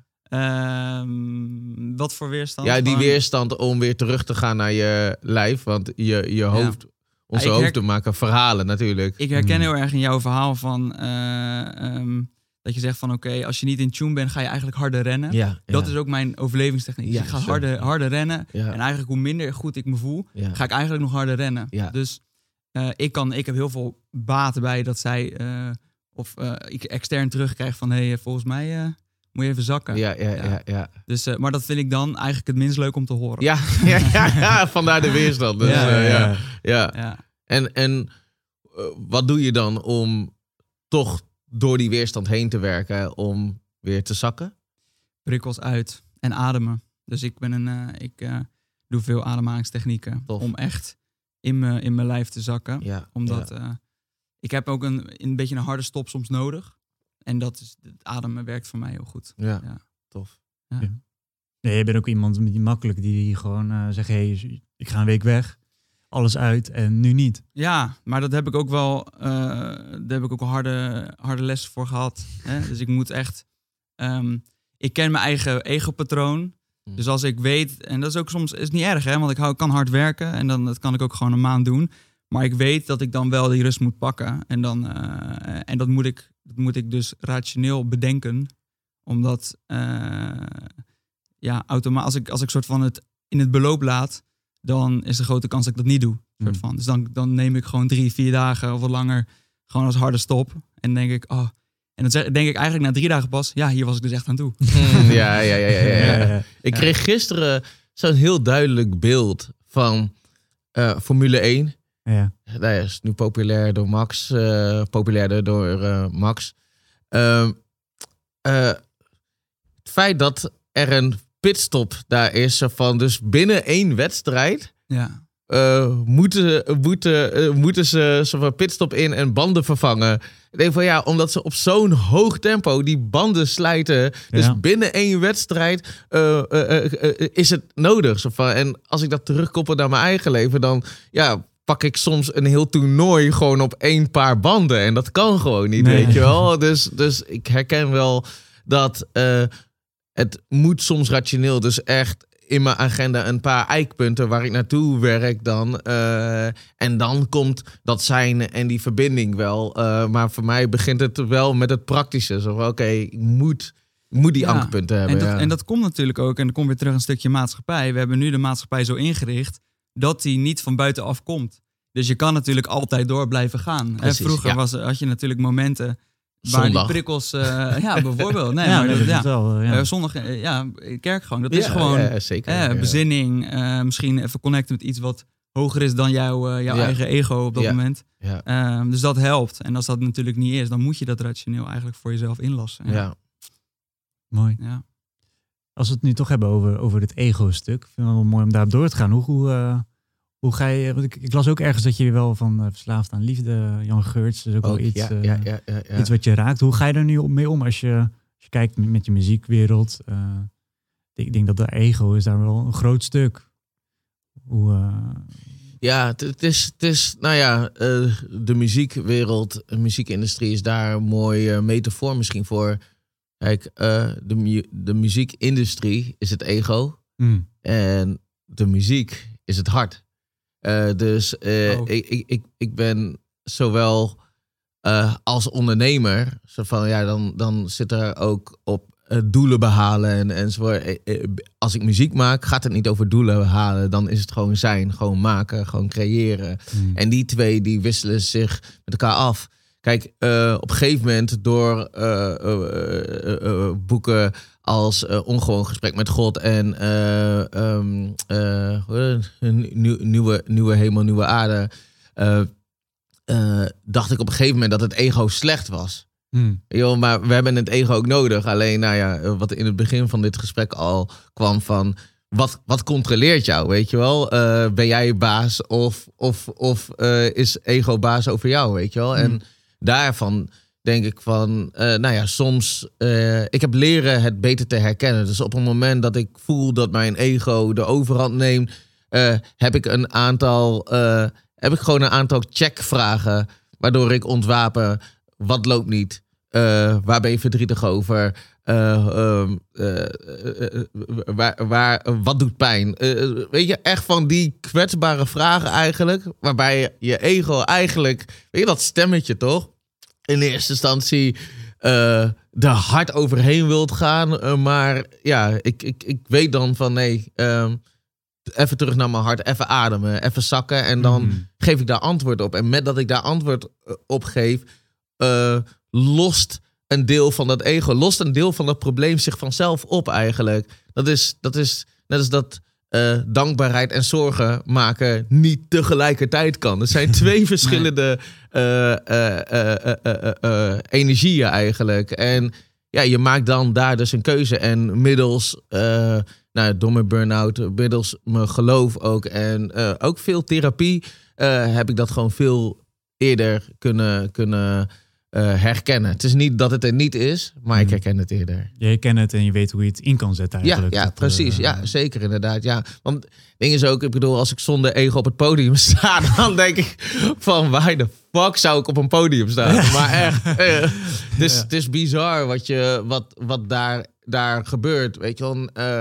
Um, wat voor weerstand? Ja, die Van... weerstand om weer terug te gaan naar je lijf. Want je, je hoofd, ja. onze ja, hoofden her... maken verhalen natuurlijk. Ik herken hmm. heel erg in jouw verhaal van uh, um, dat je zegt van oké, okay, als je niet in tune bent, ga je eigenlijk harder rennen. Ja, dat ja. is ook mijn overlevingstechniek. Ja, ik ga harder, harder rennen. Ja. En eigenlijk hoe minder goed ik me voel, ja. ga ik eigenlijk nog harder rennen. Ja. Dus uh, ik, kan, ik heb heel veel baat bij dat zij uh, of uh, ik extern terugkrijg van hé, hey, volgens mij... Uh, moet je even zakken. Ja, ja, ja. ja, ja. Dus, uh, maar dat vind ik dan eigenlijk het minst leuk om te horen. Ja, ja, ja, ja vandaar de weerstand. Dus, ja, uh, ja, ja. ja. ja. En, en uh, wat doe je dan om toch door die weerstand heen te werken om weer te zakken? Prikkels uit en ademen. Dus ik, ben een, uh, ik uh, doe veel ademhalingstechnieken Tof. om echt in mijn in mijn lijf te zakken. Ja, Omdat ja. Uh, ik heb ook een, een beetje een harde stop soms nodig. En dat is, het ademen werkt voor mij heel goed. Ja, ja. tof. Ja. Ja. Nee, je bent ook iemand die makkelijk die gewoon uh, zegt, hé, hey, ik ga een week weg, alles uit en nu niet. Ja, maar dat heb ik ook wel, uh, daar heb ik ook wel harde, harde lessen voor gehad. Hè? Dus ik moet echt, um, ik ken mijn eigen ego-patroon. Mm. Dus als ik weet, en dat is ook soms is niet erg, hè, want ik hou, kan hard werken en dan dat kan ik ook gewoon een maand doen. Maar ik weet dat ik dan wel die rust moet pakken. En, dan, uh, en dat, moet ik, dat moet ik dus rationeel bedenken. Omdat, uh, ja, automatisch, als ik, als ik soort van het in het beloop laat, dan is de grote kans dat ik dat niet doe. Soort mm. van. Dus dan, dan neem ik gewoon drie, vier dagen of wat langer gewoon als harde stop. En dan denk ik, oh. En dan zeg, denk ik eigenlijk na drie dagen pas, ja, hier was ik dus echt aan toe. Mm, ja, ja, ja, ja, ja, ja. Ik kreeg gisteren zo'n heel duidelijk beeld van uh, Formule één. Ja. Dat is nu populair door Max. Uh, populairder door uh, Max. Uh, uh, het feit dat er een pitstop daar is van dus binnen één wedstrijd ja. uh, moeten, moeten, uh, moeten ze zo'n pitstop in en banden vervangen. Ik denk van ja, omdat ze op zo'n hoog tempo die banden slijten. Dus ja. binnen één wedstrijd uh, uh, uh, uh, is het nodig. Zo van, en als ik dat terugkoppel naar mijn eigen leven, dan ja, pak ik soms een heel toernooi gewoon op één paar banden. En dat kan gewoon niet, nee. weet je wel. Dus, dus ik herken wel dat uh, het moet soms rationeel. Dus echt in mijn agenda een paar eikpunten waar ik naartoe werk dan. Uh, en dan komt dat zijn en die verbinding wel. Uh, maar voor mij begint het wel met het praktische. Zo, oké, okay, ik moet... Ik moet die ja, ankerpunten hebben. En dat, ja. en dat komt natuurlijk ook, en dan komt weer terug een stukje maatschappij. We hebben nu de maatschappij zo ingericht dat die niet van buitenaf komt. Dus je kan natuurlijk altijd door blijven gaan. Precies, Vroeger ja. was, had je natuurlijk momenten, Zondag. die prikkels... Uh, ja, bijvoorbeeld. Nee, ja, maar nee, dat, dat ja. is wel, ja. Uh, zondag, uh, ja, kerkgang. Dat Ja, is gewoon ja, zeker, uh, ja. bezinning. Uh, misschien even connecten met iets wat hoger is dan jouw, uh, jouw Ja. eigen ego op dat Ja. moment. Ja. Uh, dus dat helpt. En als dat natuurlijk niet is, dan moet je dat rationeel eigenlijk voor jezelf inlassen. Ja. Ja. Mooi. Ja. Als we het nu toch hebben over, over dit ego-stuk, ik vind het wel mooi om daarop door te gaan. Hoe, hoe, uh, hoe ga je... Want ik, ik las ook ergens dat je wel van uh, verslaafd aan liefde, Jan Geurts, dat is ook Ook, wel iets, ja, uh, ja, ja, ja, ja. iets wat je raakt. Hoe ga je er nu mee om als je, als je kijkt met je muziekwereld? Uh, ik denk dat de ego is daar wel een groot stuk. Hoe... Uh, Ja, het, het, is, het is, nou ja, uh, de muziekwereld, de muziekindustrie is daar een mooie uh, metafoor misschien voor. Kijk, uh, de, mu- de muziekindustrie is het ego mm. en de muziek is het hart. Uh, dus uh, oh. ik, ik, ik, ik ben zowel uh, als ondernemer, zo van, ja, dan, dan zit er ook op uh, doelen behalen en, enzovoort. Als ik muziek maak, gaat het niet over doelen behalen. Dan is het gewoon zijn, gewoon maken, gewoon creëren. Mm. En die twee die wisselen zich met elkaar af. Kijk, uh, op een gegeven moment door uh, uh, uh, uh, boeken als uh, Ongewoon Gesprek met God en uh, um, uh, nieuw, nieuwe, nieuwe Hemel, Nieuwe Aarde, uh, uh, dacht ik op een gegeven moment dat het ego slecht was. Mm. Yo, maar we hebben het ego ook nodig. Alleen, nou ja, wat in het begin van dit gesprek al kwam van... Wat, wat controleert jou, weet je wel? Uh, ben jij baas of, of, of uh, is ego baas over jou, weet je wel? Mm. En daarvan denk ik van... Uh, nou ja, soms... Uh, ik heb leren het beter te herkennen. Dus op het moment dat ik voel dat mijn ego de overhand neemt... Uh, heb ik een aantal... Uh, heb ik gewoon een aantal checkvragen... waardoor ik ontwapen... Wat loopt niet? Uh, waar ben je verdrietig over? Uh, uh, uh, uh, uh, waar, waar, uh, wat doet pijn? Uh, weet je, echt van die kwetsbare vragen eigenlijk. Waarbij je, je ego eigenlijk... Weet je dat stemmetje toch? In eerste instantie uh, er hard overheen wilt gaan. Uh, maar ja, ik, ik, ik weet dan van nee... Uh, even terug naar mijn hart, even ademen, even zakken. En dan mm. geef ik daar antwoord op. En met dat ik daar antwoord op geef... Uh, lost een deel van dat ego, lost een deel van dat probleem zich vanzelf op eigenlijk. Dat is, dat is net als dat uh, dankbaarheid en zorgen maken niet tegelijkertijd kan. Het zijn twee verschillende nee. uh, uh, uh, uh, uh, uh, energieën eigenlijk. En ja, je maakt dan daar dus een keuze. En middels, uh, nou, door mijn burn-out, middels mijn geloof ook en uh, ook veel therapie, uh, heb ik dat gewoon veel eerder kunnen... kunnen Uh, herkennen. Het is niet dat het er niet is, maar ik herken het eerder. Je herkent het en je weet hoe je het in kan zetten eigenlijk. Ja, ja dat, precies. Uh, ja, zeker inderdaad. Ja. Want het ding is ook, ik bedoel, als ik zonder ego op het podium sta, dan denk ik van, waar de fuck zou ik op een podium staan? Maar echt, uh, het, is, ja. het is bizar wat, je, wat, wat daar, daar gebeurt. Weet je wel, uh,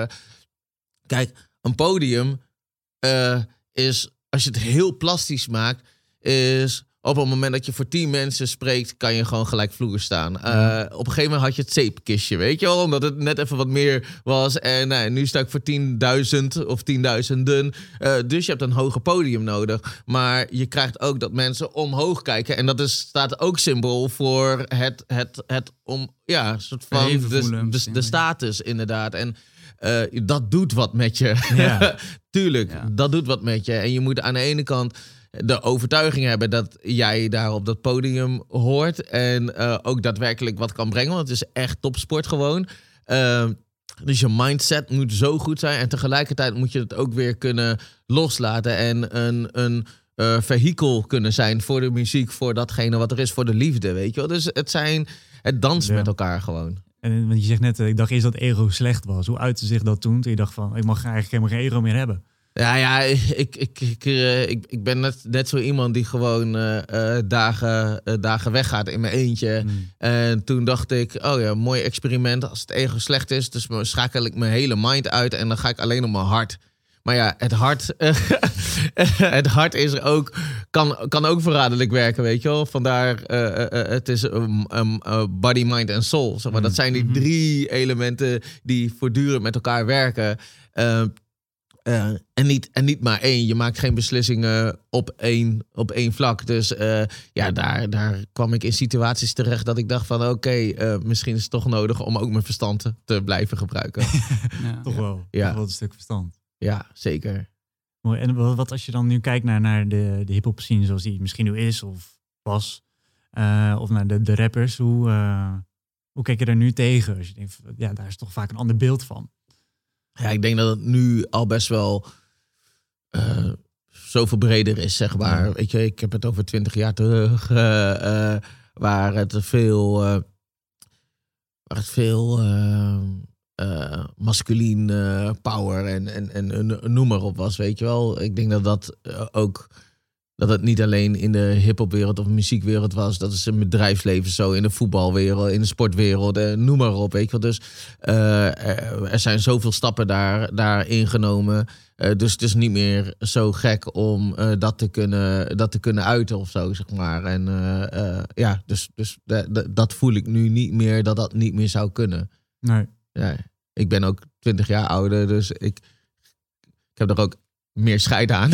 kijk, een podium uh, is, als je het heel plastisch maakt, is... Op het moment dat je voor tien mensen spreekt, kan je gewoon gelijk vloer staan. Uh, mm. Op een gegeven moment had je het zeepkistje, weet je wel? Omdat het net even wat meer was. En nou, nu sta ik voor tienduizend of tienduizenden. Uh, dus je hebt een hoger podium nodig. Maar je krijgt ook dat mensen omhoog kijken. En dat is, staat ook symbool voor het, het, het om, ja, een soort van de, de, de status inderdaad. En uh, dat doet wat met je. Ja. Tuurlijk, ja. Dat doet wat met je. En je moet aan de ene kant... de overtuiging hebben dat jij daar op dat podium hoort. En uh, ook daadwerkelijk wat kan brengen. Want het is echt topsport gewoon. Uh, dus je mindset moet zo goed zijn. En tegelijkertijd moet je het ook weer kunnen loslaten. En een, een uh, vehikel kunnen zijn voor de muziek. Voor datgene wat er is. Voor de liefde, weet je wel. Dus het zijn het dansen ja. met elkaar gewoon. En want je zegt net, ik dacht eerst dat ego slecht was. Hoe uitte zich dat toen? Toen je dacht van, ik mag eigenlijk helemaal geen ego meer hebben. Ja, ja, ik, ik, ik, uh, ik, ik ben net, net zo iemand die gewoon uh, uh, dagen, uh, dagen weggaat in mijn eentje. Mm. En toen dacht ik, oh ja, mooi experiment. Als het ego slecht is, dus schakel ik mijn hele mind uit en dan ga ik alleen op mijn hart. Maar ja, het hart, het hart is ook, kan, kan ook verraderlijk werken, weet je wel. Vandaar, uh, uh, het is um, um, uh, body, mind en soul. Zeg maar. Dat zijn die drie elementen die voortdurend met elkaar werken. Uh, Uh, en, niet, en niet maar één. Je maakt geen beslissingen op één, op één vlak. Dus uh, ja, daar, daar kwam ik in situaties terecht dat ik dacht van... oké, okay, uh, misschien is het toch nodig om ook mijn verstand te blijven gebruiken. ja. Toch wel. Ja. Toch wel een stuk verstand. Ja, zeker. Mooi. En wat als je dan nu kijkt naar, naar de, de hip-hop scene zoals die misschien nu is of was... Uh, of naar de, de rappers, hoe, uh, hoe kijk je daar nu tegen? Als je denkt, ja, daar is toch vaak een ander beeld van. Ja, ik denk dat het nu al best wel uh, zoveel breder is, zeg maar. Ja. Weet je, ik heb het over twintig jaar terug, uh, uh, waar het veel, uh, waar het veel uh, uh, masculien uh, power en, en, en uh, noem maar op was, weet je wel. Ik denk dat dat uh, ook... Dat het niet alleen in de hiphopwereld of muziekwereld was. Dat is in het bedrijfsleven zo, in de voetbalwereld, in de sportwereld, eh, noem maar op. Weet je wel. Dus uh, er, er zijn zoveel stappen daar, daar ingenomen. Uh, dus het is niet meer zo gek om uh, dat, te kunnen, dat te kunnen uiten of zo, zeg maar. En uh, uh, ja, dus, dus de, de, dat voel ik nu niet meer, dat dat niet meer zou kunnen. Nee. Ja, ik ben ook twintig jaar ouder, dus ik, ik heb er ook... meer scheid aan.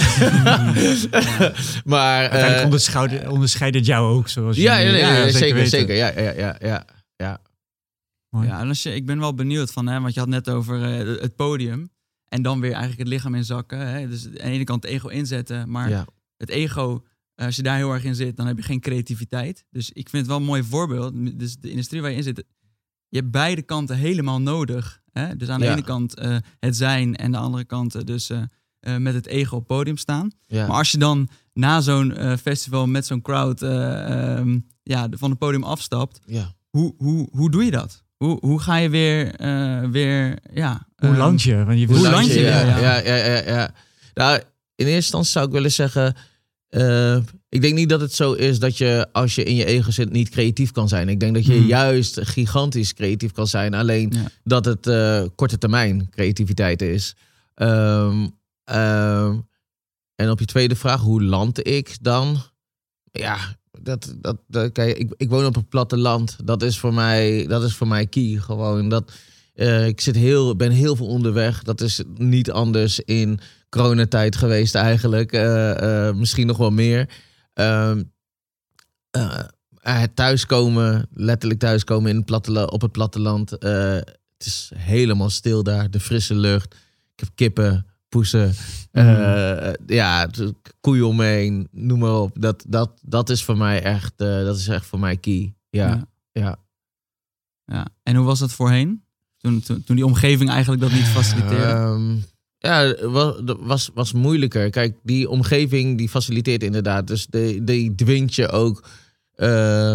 Ja. Maar uiteindelijk uh, onderscheid, onderscheidt jou ook, zoals je ja, nu, nee, nee, ja, nee, zeker, zeker, weten. zeker. Ja, ja, ja, ja, ja. Mooi. Ja, en als je, ik ben wel benieuwd van, hè, want je had net over uh, het podium en dan weer eigenlijk het lichaam inzakken. Hè? Dus aan de ene kant het ego inzetten, maar ja. het ego, als je daar heel erg in zit, dan heb je geen creativiteit. Dus ik vind het wel een mooi voorbeeld. Dus de industrie waar je in zit, je hebt beide kanten helemaal nodig. Hè? Dus aan de ja. ene kant uh, het zijn en de andere kant uh, dus... Uh, Uh, met het ego op het podium staan. Ja. Maar als je dan na zo'n uh, festival met zo'n crowd uh, um, ja, van het podium afstapt, ja. hoe, hoe, hoe doe je dat? Hoe, hoe ga je weer, uh, weer ja... Hoe um, land je? Want je hoe land je? Ja, Ja, ja, ja, ja, ja. Nou, in eerste instantie zou ik willen zeggen... Uh, ik denk niet dat het zo is dat je, als je in je ego zit, niet creatief kan zijn. Ik denk dat je hmm. juist gigantisch creatief kan zijn. Alleen ja. dat het uh, korte termijn creativiteit is. Um, Uh, en op je tweede vraag, hoe land ik dan? Ja, dat, dat, dat, kijk, ik, ik woon op het platteland. Dat is voor mij, dat is voor mij key. Gewoon dat, uh, ik zit heel, ben heel veel onderweg. Dat is niet anders in coronatijd geweest eigenlijk. Uh, uh, misschien nog wel meer. Uh, uh, het thuiskomen, letterlijk thuiskomen in het plattela- op het platteland. Uh, het is helemaal stil daar. De frisse lucht. Ik heb kippen. Poesen, mm. uh, ja, koeien omheen, noem maar op. Dat, dat, dat is voor mij echt, uh, dat is echt voor mij key. Ja, ja. ja. ja. En hoe was dat voorheen? Toen, toen, toen die omgeving eigenlijk dat niet faciliteerde? Um, ja, was, was, was moeilijker. Kijk, die omgeving die faciliteert inderdaad. Dus die, die dwingt je ook... Uh,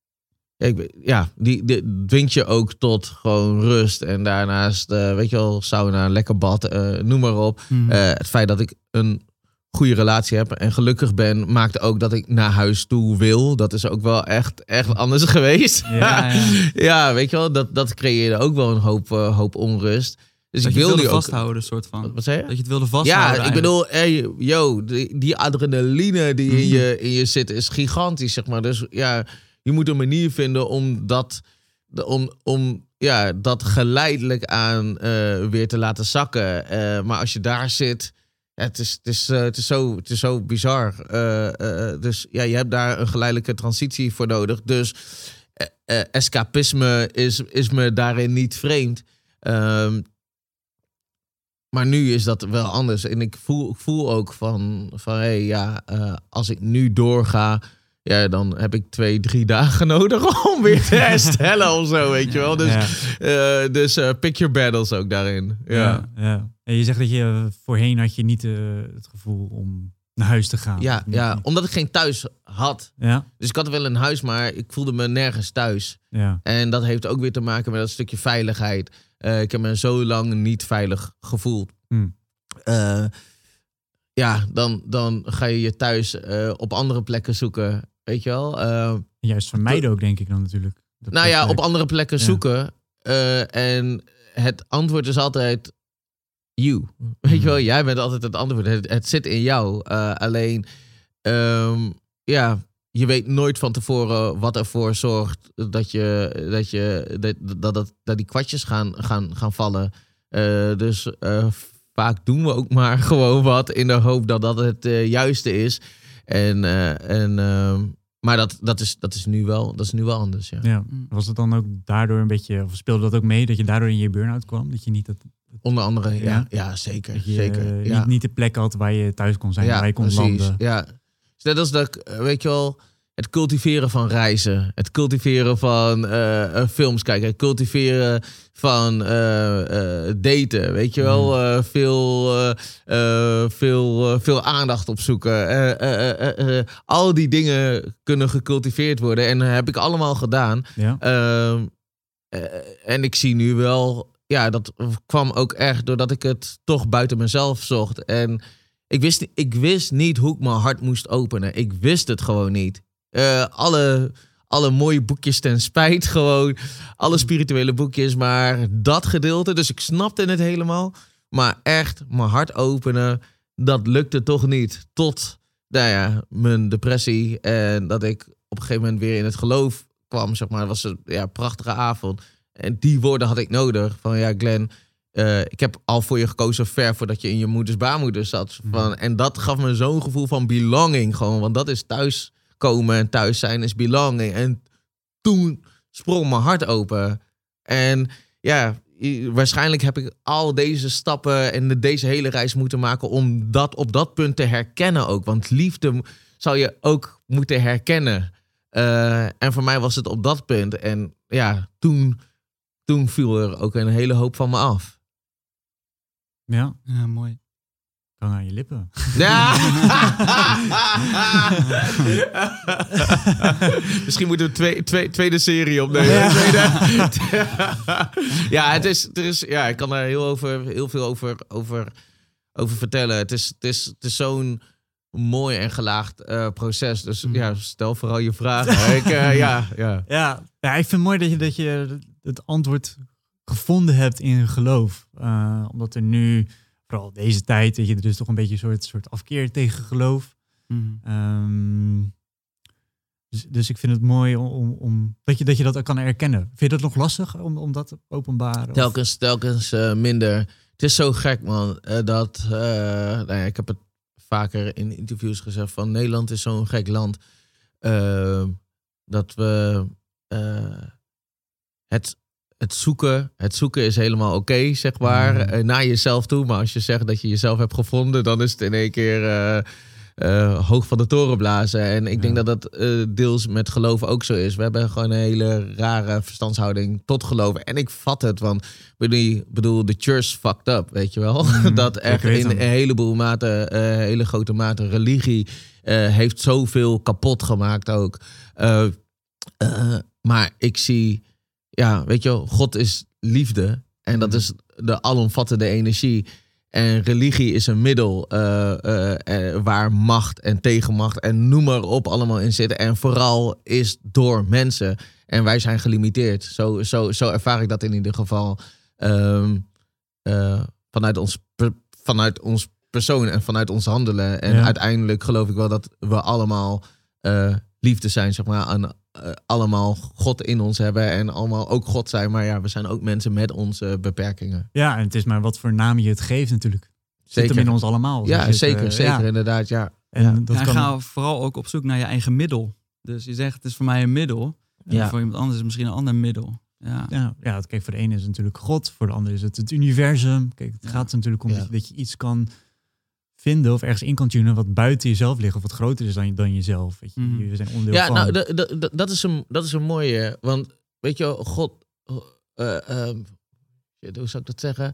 Ja, die, die dwingt je ook tot gewoon rust. En daarnaast, uh, weet je wel, sauna, lekker bad, uh, noem maar op. Mm. Uh, het feit dat ik een goede relatie heb en gelukkig ben, maakt ook dat ik naar huis toe wil. Dat is ook wel echt, echt anders geweest. Ja, ja. ja, weet je wel, dat, dat creëerde ook wel een hoop, uh, hoop onrust. Dus dat ik je wilde het wilde ook... vasthouden, soort van. Wat, wat zei je? Dat je het wilde vasthouden. Ja, ik bedoel, hey, yo, die, die adrenaline die mm. in, je, in je zit is gigantisch, zeg maar. Dus ja... Je moet een manier vinden om dat, om, om, ja, dat geleidelijk aan uh, weer te laten zakken. Uh, maar als je daar zit, ja, het, is, het, is, uh, het, is zo, het is zo bizar. Uh, uh, dus ja, je hebt daar een geleidelijke transitie voor nodig. Dus uh, uh, escapisme is, is me daarin niet vreemd. Um, maar nu is dat wel anders. En ik voel, ik voel ook van, van hé, hey, ja, uh, als ik nu doorga... Ja, dan heb ik twee, drie dagen nodig om weer te herstellen of zo, weet je wel. Dus, ja. uh, dus uh, pick your battles ook daarin. Ja. Ja, ja. En je zegt dat je voorheen had je niet uh, het gevoel om naar huis te gaan. Ja, ja, omdat ik geen thuis had. Ja. Dus ik had wel een huis, maar ik voelde me nergens thuis. Ja. En dat heeft ook weer te maken met dat stukje veiligheid. Uh, ik heb me zo lang niet veilig gevoeld. Hmm. Uh, ja, dan, dan ga je je thuis uh, op andere plekken zoeken. Weet je wel? Uh, Juist vermijden ook, denk ik dan natuurlijk. Nou ja, op andere plekken ja. zoeken. Uh, en het antwoord is altijd you. Weet je wel? Jij bent altijd het antwoord. Het, het zit in jou. Uh, alleen, um, ja, je weet nooit van tevoren wat ervoor zorgt dat je dat je dat dat, dat, dat die kwartjes gaan, gaan, gaan vallen. Uh, dus uh, vaak doen we ook maar gewoon wat in de hoop dat dat het uh, juiste is. En, uh, en, uh, maar dat, dat, is, dat, is nu wel, dat is nu wel anders, ja. Ja. Was het dan ook daardoor een beetje, of speelde dat ook mee, dat je daardoor in je burn-out kwam? Dat je niet dat... Onder andere, ja, ja, ja zeker. Dat je zeker uh, ja. niet, niet de plek had waar je thuis kon zijn, ja, waar je kon precies, landen. Ja, net als dat ik, weet je wel, het cultiveren van reizen. Het cultiveren van uh, films kijken. Het cultiveren van uh, uh, daten. Weet je wel, uh, veel, uh, uh, veel, uh, veel aandacht opzoeken. Uh, uh, uh, uh, al die dingen kunnen gecultiveerd worden. En dat heb ik allemaal gedaan. Ja. Uh, uh, en ik zie nu wel... Ja, dat kwam ook echt doordat ik het toch buiten mezelf zocht. En ik wist, ik wist niet hoe ik mijn hart moest openen. Ik wist het gewoon niet. Uh, alle, alle mooie boekjes ten spijt gewoon. Alle spirituele boekjes, maar dat gedeelte. Dus ik snapte het helemaal. Maar echt, mijn hart openen, dat lukte toch niet. Tot, nou ja, mijn depressie. En dat ik op een gegeven moment weer in het geloof kwam. Zeg maar, het was een ja, prachtige avond. En die woorden had ik nodig. Van ja, Glenn, uh, ik heb al voor je gekozen ver voordat je in je moeders baarmoeder zat. Van, mm. En dat gaf me zo'n gevoel van belonging gewoon. Want dat is thuiskomen en thuis zijn is belonging. En toen sprong mijn hart open. En ja, waarschijnlijk heb ik al deze stappen en deze hele reis moeten maken om dat op dat punt te herkennen ook. Want liefde zou je ook moeten herkennen. Uh, en voor mij was het op dat punt. En ja, toen... Toen viel er ook een hele hoop van me af. Ja, ja mooi. Kan aan je lippen. Ja. Misschien moeten we twee, twee, tweede serie opnemen. Ja, tweede. Ja, het is, het is, ja, ik kan er heel, over, heel veel over, over, over vertellen. Het is, het is, het is zo'n mooi en gelaagd uh, proces. Dus mm. ja, stel vooral je vragen. ik, uh, ja, ja. Ja, ja, ik vind het mooi dat je, dat je het antwoord gevonden hebt in geloof. Uh, omdat er nu, vooral deze tijd, dat je er is toch een beetje een soort, soort afkeer tegen geloof. Mm. Um, dus, dus ik vind het mooi om, om, om dat, je, dat je dat kan erkennen. Vind je dat nog lastig om, om dat te openbaren? Telkens, of? telkens uh, minder. Het is zo gek, man. Uh, dat, uh, nou ja, ik heb het vaker in interviews gezegd van Nederland is zo'n gek land. Uh, dat we uh, het, het zoeken, het zoeken is helemaal oké, okay, zeg maar, mm. uh, naar jezelf toe. Maar als je zegt dat je jezelf hebt gevonden, dan is het in één keer uh, uh, hoog van de toren blazen. En ik ja. denk dat dat uh, deels met geloven ook zo is. We hebben gewoon een hele rare verstandshouding tot geloven. En ik vat het, want ik bedoel, de church fucked up, weet je wel. Mm, dat echt in een heleboel mate, uh, hele grote mate religie uh, heeft zoveel kapot gemaakt ook. Uh, uh, maar ik zie, ja, weet je wel, God is liefde. En dat is de alomvattende energie. En religie is een middel uh, uh, uh, waar macht en tegenmacht en noem maar op allemaal in zitten. En vooral is door mensen. En wij zijn gelimiteerd. Zo, zo, zo ervaar ik dat in ieder geval. Um, uh, vanuit, ons, vanuit ons persoon en vanuit ons handelen. En ja. uiteindelijk geloof ik wel dat we allemaal uh, liefde zijn, zeg maar. En, uh, allemaal God in ons hebben en allemaal ook God zijn. Maar ja, we zijn ook mensen met onze beperkingen. Ja, en het is maar wat voor naam je het geeft natuurlijk. Zit hem in ons allemaal. Ja, het, zeker, uh, zeker, ja. inderdaad, ja. En ja. dat ja, kan... ga vooral ook op zoek naar je eigen middel. Dus je zegt, het is voor mij een middel. En ja. voor iemand anders is het misschien een ander middel. Ja, ja, ja kijk, voor de ene is het natuurlijk God, voor de ander is het het universum. Kijk, het ja. gaat natuurlijk om ja. dat, je, dat je iets kan vinden of ergens in kan tunen wat buiten jezelf ligt of wat groter is dan, dan jezelf. Weet je, mm. we zijn onderdeel ja, van. nou, d- d- d- dat, is een, dat is een mooie, want weet je, God, uh, uh, hoe zou ik dat zeggen?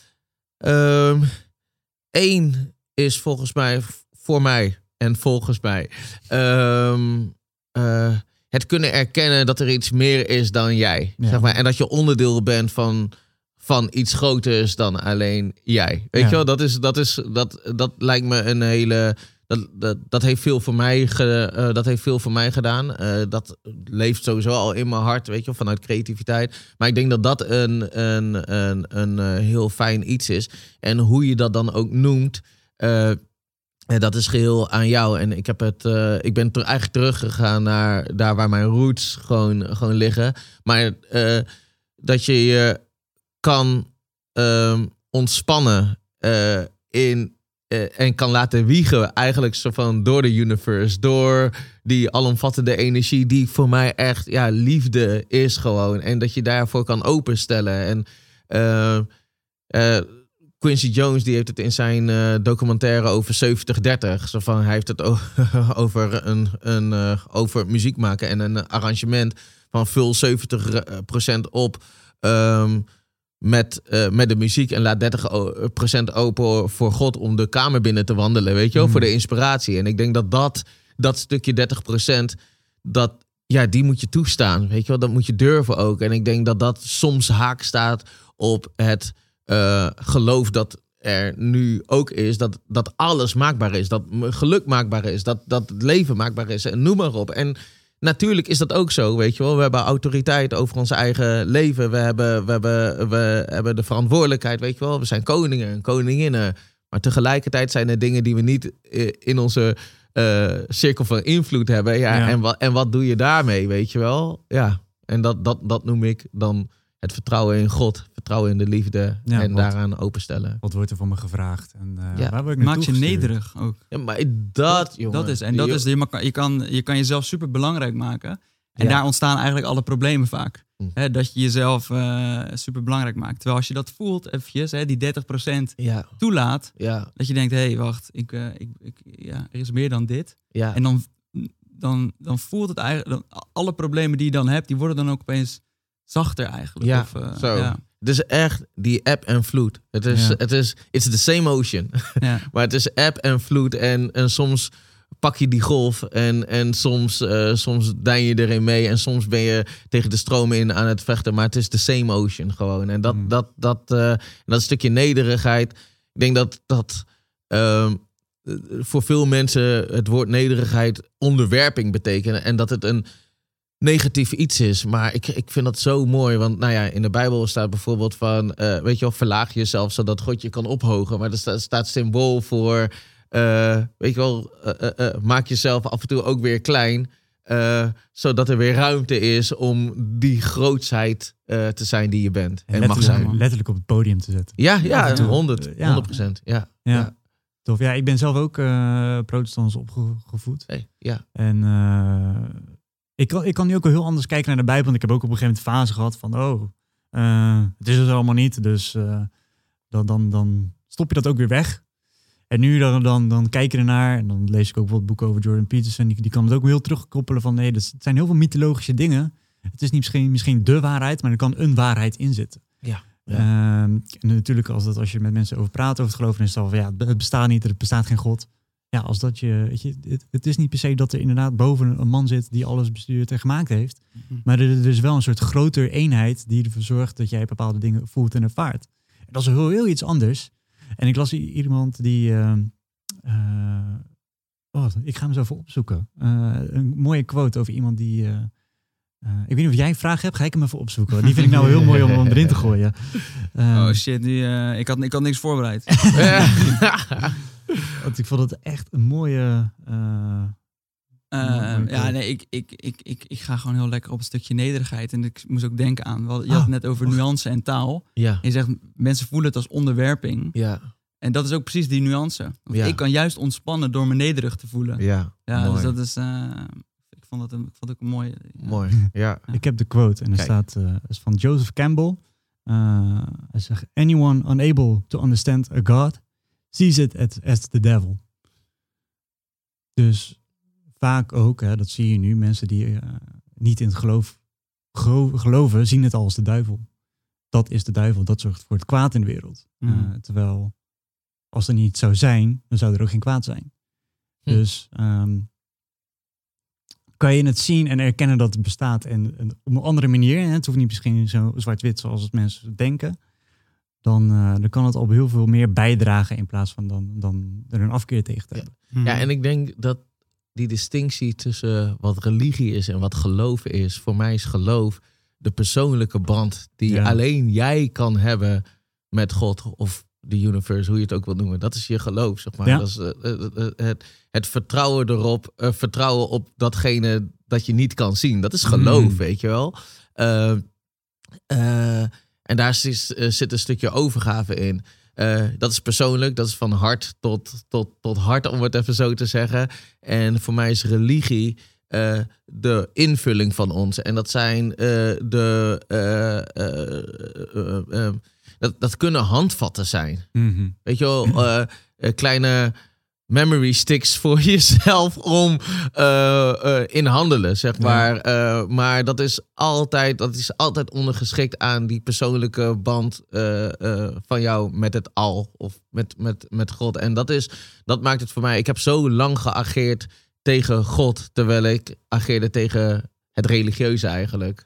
Eén um, is volgens mij voor mij en volgens mij um, uh, het kunnen erkennen dat er iets meer is dan jij. Ja. Zeg maar, en dat je onderdeel bent van, van iets groters dan alleen jij. Weet ja. je wel, dat, is, dat, is, dat, dat lijkt me een hele... Dat, dat, dat, heeft veel voor mij ge, uh, dat heeft veel voor mij gedaan. Uh, dat leeft sowieso al in mijn hart, weet je wel, vanuit creativiteit. Maar ik denk dat dat een, een, een, een, een heel fijn iets is. En hoe je dat dan ook noemt... Uh, dat is geheel aan jou. En ik, heb het, uh, ik ben ter, eigenlijk teruggegaan naar daar waar mijn roots gewoon, gewoon liggen. Maar uh, dat je je kan uh, ontspannen uh, in uh, en kan laten wiegen eigenlijk zo van door de universe, door die alomvattende energie die voor mij echt ja, liefde is gewoon. En dat je daarvoor kan openstellen. En uh, uh, Quincy Jones die heeft het in zijn uh, documentaire over zeventig dertig. Zo van, hij heeft het over, een, een, uh, over muziek maken en een arrangement van vul zeventig procent op um, met, uh, met de muziek en laat dertig procent open voor God om de kamer binnen te wandelen, weet je wel, mm. voor de inspiratie. En ik denk dat dat, dat stukje dertig procent, dat, ja, die moet je toestaan, weet je wel, dat moet je durven ook. En ik denk dat dat soms haak staat op het uh, geloof dat er nu ook is, dat, dat alles maakbaar is, dat geluk maakbaar is, dat, dat het leven maakbaar is en noem maar op. En natuurlijk is dat ook zo, weet je wel. We hebben autoriteit over ons eigen leven. We hebben, we hebben, we hebben de verantwoordelijkheid, weet je wel. We zijn koningen en koninginnen. Maar tegelijkertijd zijn er dingen die we niet in onze uh, cirkel van invloed hebben. Ja, ja. En, wat, en wat doe je daarmee, weet je wel? Ja, en dat, dat, dat noem ik dan het vertrouwen in God. Vertrouwen in de liefde ja, en wat, daaraan openstellen. Wat wordt er van me gevraagd? En uh, ja, waar word ik maakt je nederig ook. Ja, maar dat, jongen. Dat is, en dat is, je, je, kan, je kan jezelf super belangrijk maken. En ja. daar ontstaan eigenlijk alle problemen vaak. Hm. He, dat je jezelf uh, super belangrijk maakt. Terwijl als je dat voelt, eventjes, he, die dertig procent ja. toelaat. Ja. Dat je denkt, hé, hey, wacht, ik, uh, ik, ik, ja, er is meer dan dit. Ja. En dan, dan, dan voelt het eigenlijk, dan, alle problemen die je dan hebt, die worden dan ook opeens zachter eigenlijk. Ja, of, uh, zo. Ja. Het is echt die ebb en vloed. Het is, ja. het is, it's the same ocean. Ja. Maar het is ebb en vloed en, en soms pak je die golf en, en soms, uh, soms dein je erin mee en soms ben je tegen de stroom in aan het vechten. Maar het is the same ocean gewoon. En dat, mm. dat, dat, uh, dat stukje nederigheid, ik denk dat dat uh, voor veel mensen het woord nederigheid onderwerping betekent en dat het een negatief iets is, maar ik, ik vind dat zo mooi, want nou ja, in de Bijbel staat bijvoorbeeld van, uh, weet je wel, verlaag jezelf zodat God je kan ophogen, maar er staat, staat symbool voor, uh, weet je wel, uh, uh, uh, maak jezelf af en toe ook weer klein, uh, zodat er weer ruimte is om die grootsheid uh, te zijn die je bent en, en mag zijn. Letterlijk op het podium te zetten. Ja, ja, honderd, honderd procent, ja. ja. ja. Tof. Ja, ik ben zelf ook uh, protestants opgevoed. Hey, ja. En uh, Ik kan, ik kan nu ook wel heel anders kijken naar de Bijbel. Want ik heb ook op een gegeven moment fase gehad van... oh, uh, het is het allemaal niet. Dus uh, dan, dan, dan stop je dat ook weer weg. En nu dan, dan, dan kijk je ernaar. En dan lees ik ook bijvoorbeeld boeken over Jordan Peterson. Die, die kan het ook heel terugkoppelen van... nee, het zijn heel veel mythologische dingen. Het is niet misschien, misschien de waarheid, maar er kan een waarheid in zitten. Ja. Ja. Uh, en natuurlijk als, dat, als je met mensen over praat over het geloof... dan is het al van ja, het bestaat niet, er bestaat geen God... Ja, als dat je, weet je het, het is niet per se dat er inderdaad boven een man zit die alles bestuurt en gemaakt heeft. Mm-hmm. Maar er, er is wel een soort grotere eenheid die ervoor zorgt dat jij bepaalde dingen voelt en ervaart. En dat is heel, heel iets anders. En ik las iemand die, uh, uh, oh, ik ga hem zo even opzoeken. Uh, een mooie quote over iemand die, uh, uh, ik weet niet of jij een vraag hebt, ga ik hem even opzoeken. Die vind ik nou heel mooi om, om erin te gooien. Um, oh shit, nu, uh, ik, had, ik had niks voorbereid. Want ik vond het echt een mooie... Uh, uh, mooie ja, nee, ik, ik, ik, ik, ik ga gewoon heel lekker op een stukje nederigheid. En ik moest ook denken aan... Wel, je had het net over oh. nuance en taal. Ja. En je zegt, mensen voelen het als onderwerping. Ja. En dat is ook precies die nuance. Want ja. ik kan juist ontspannen door me nederig te voelen. Ja, ja dus dat is... Uh, ik vond het een, ik vond het ook een mooie... Ja. Mooi, ja. ja. Ik heb de quote en er Kijk. staat... Uh, is van Joseph Campbell. Uh, hij zegt... Anyone unable to understand a God... sees it as, as the devil. Dus vaak ook, hè, dat zie je nu, mensen die uh, niet in het geloof gelo- geloven, zien het al als de duivel. Dat is de duivel, dat zorgt voor het kwaad in de wereld. Mm. Uh, terwijl, als er niet zou zijn, dan zou er ook geen kwaad zijn. Hm. Dus um, kan je het zien en erkennen dat het bestaat en, en op een andere manier, hè, het hoeft niet misschien zo zwart-wit zoals het mensen denken, Dan, uh, dan kan het al heel veel meer bijdragen in plaats van dan, dan er een afkeer tegen te hebben. Ja. ja, en ik denk dat die distinctie tussen wat religie is en wat geloof is, voor mij is geloof de persoonlijke band die ja. alleen jij kan hebben met God of de universe, hoe je het ook wil noemen. Dat is je geloof, zeg maar. Ja. Dat is uh, uh, het, het vertrouwen erop, uh, vertrouwen op datgene dat je niet kan zien. Dat is geloof, mm. weet je wel. Uh, uh, En daar is, uh, zit een stukje overgave in. Uh, dat is persoonlijk, dat is van hart tot, tot, tot hart, om het even zo te zeggen. En voor mij is religie uh, de invulling van ons. En dat zijn uh, de... Uh, uh, uh, uh, uh, dat, dat kunnen handvatten zijn. Mm-hmm. Weet je wel, uh, uh, kleine memory sticks voor jezelf om uh, uh, in handelen, zeg maar. Ja. Uh, maar dat is altijd, dat is altijd ondergeschikt aan die persoonlijke band uh, uh, van jou met het al of met, met, met God. En dat is, dat maakt het voor mij. Ik heb zo lang geageerd tegen God, terwijl ik ageerde tegen het religieuze eigenlijk.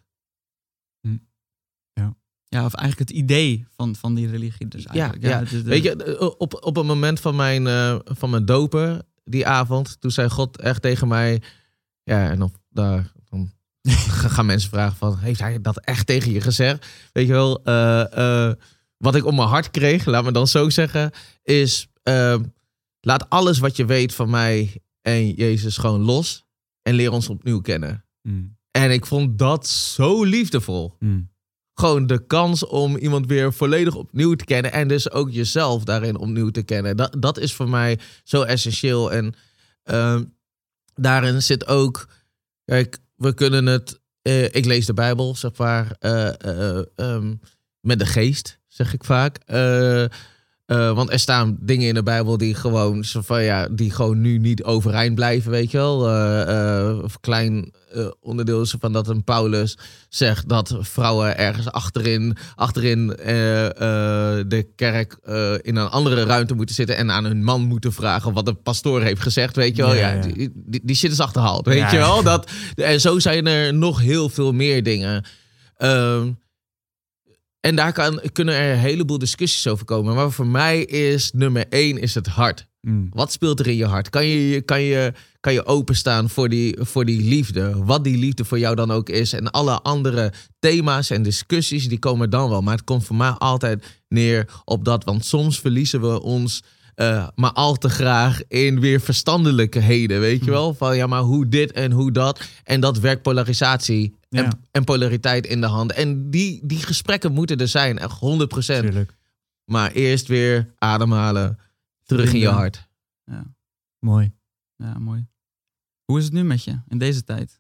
Ja, of eigenlijk het idee van, van die religie. Dus eigenlijk, ja, ja, ja. het is de... Weet je, op, op een moment van mijn, uh, van mijn dopen, die avond, toen zei God echt tegen mij... Ja, en op, daar, dan gaan mensen vragen van, heeft hij dat echt tegen je gezegd? Weet je wel, uh, uh, wat ik op mijn hart kreeg, laat me dan zo zeggen, is... Uh, laat alles wat je weet van mij en Jezus gewoon los en leer ons opnieuw kennen. Mm. En ik vond dat zo liefdevol. Mm. Gewoon de kans om iemand weer volledig opnieuw te kennen. En dus ook jezelf daarin opnieuw te kennen. Dat, dat is voor mij zo essentieel. En uh, daarin zit ook... Kijk, we kunnen het... Uh, ik lees de Bijbel, zeg maar... Uh, uh, um, met de geest, zeg ik vaak. Uh, Uh, want er staan dingen in de Bijbel die gewoon, zo van, ja, die gewoon nu niet overeind blijven, weet je wel. Uh, uh, of klein uh, onderdeel is van dat een Paulus zegt dat vrouwen ergens achterin, achterin uh, uh, de kerk uh, in een andere ruimte moeten zitten en aan hun man moeten vragen wat de pastoor heeft gezegd, weet je wel. Ja, ja, ja. Die, die, die shit is achterhaald, weet ja, je wel. Dat, en zo zijn er nog heel veel meer dingen. Uh, En daar kan, kunnen er een heleboel discussies over komen. Maar voor mij is nummer één is het hart. Mm. Wat speelt er in je hart? Kan je, kan je, kan je openstaan voor die, voor die liefde? Wat die liefde voor jou dan ook is. En alle andere thema's en discussies, die komen dan wel. Maar het komt voor mij altijd neer op dat. Want soms verliezen we ons uh, maar al te graag in weer verstandelijkheden. Weet je wel? Van ja, maar hoe dit en hoe dat. En dat werkt polarisatie. Ja. En, en polariteit in de hand. En die, die gesprekken moeten er zijn, echt honderd procent. Tuurlijk. Maar eerst weer ademhalen, terug in je hart. Ja. Mooi. Ja, mooi. Hoe is het nu met je in deze tijd?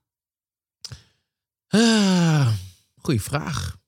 Uh, goeie vraag.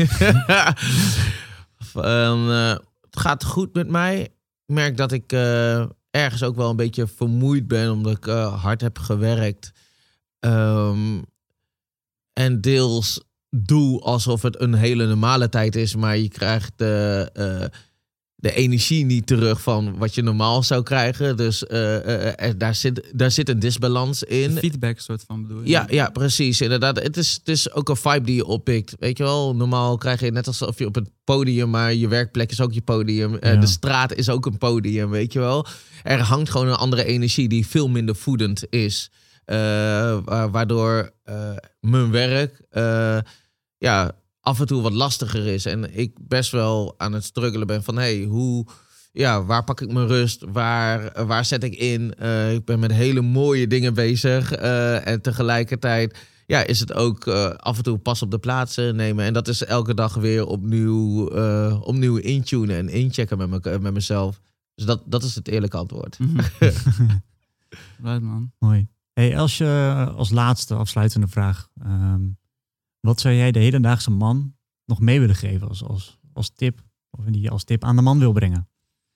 um, uh, het gaat goed met mij. Ik merk dat ik uh, ergens ook wel een beetje vermoeid ben, omdat ik uh, hard heb gewerkt. Um, En deels doe alsof het een hele normale tijd is, maar je krijgt de, uh, de energie niet terug van wat je normaal zou krijgen. Dus uh, uh, er, daar, zit, daar zit een disbalans in. De feedback soort van bedoel je? Ja, ja, precies. Inderdaad. Het is, het is ook een vibe die je oppikt. Weet je wel, normaal krijg je net alsof je op het podium, maar je werkplek is ook je podium. Ja. Uh, de straat is ook een podium, weet je wel. Er hangt gewoon een andere energie die veel minder voedend is. Uh, waardoor uh, mijn werk uh, ja, af en toe wat lastiger is. En ik best wel aan het struggelen ben van... hey, hoe, ja, waar pak ik mijn rust? Waar, waar zet ik in? Uh, ik ben met hele mooie dingen bezig. Uh, en tegelijkertijd ja, is het ook uh, af en toe pas op de plaatsen nemen. En dat is elke dag weer opnieuw, uh, opnieuw intunen en inchecken met, me, met mezelf. Dus dat, dat is het eerlijke antwoord. Mm-hmm. Right, man. Mooi. Hey, als je als laatste afsluitende vraag, um, wat zou jij de hedendaagse man nog mee willen geven als, als, als tip, of die je als tip aan de man wil brengen?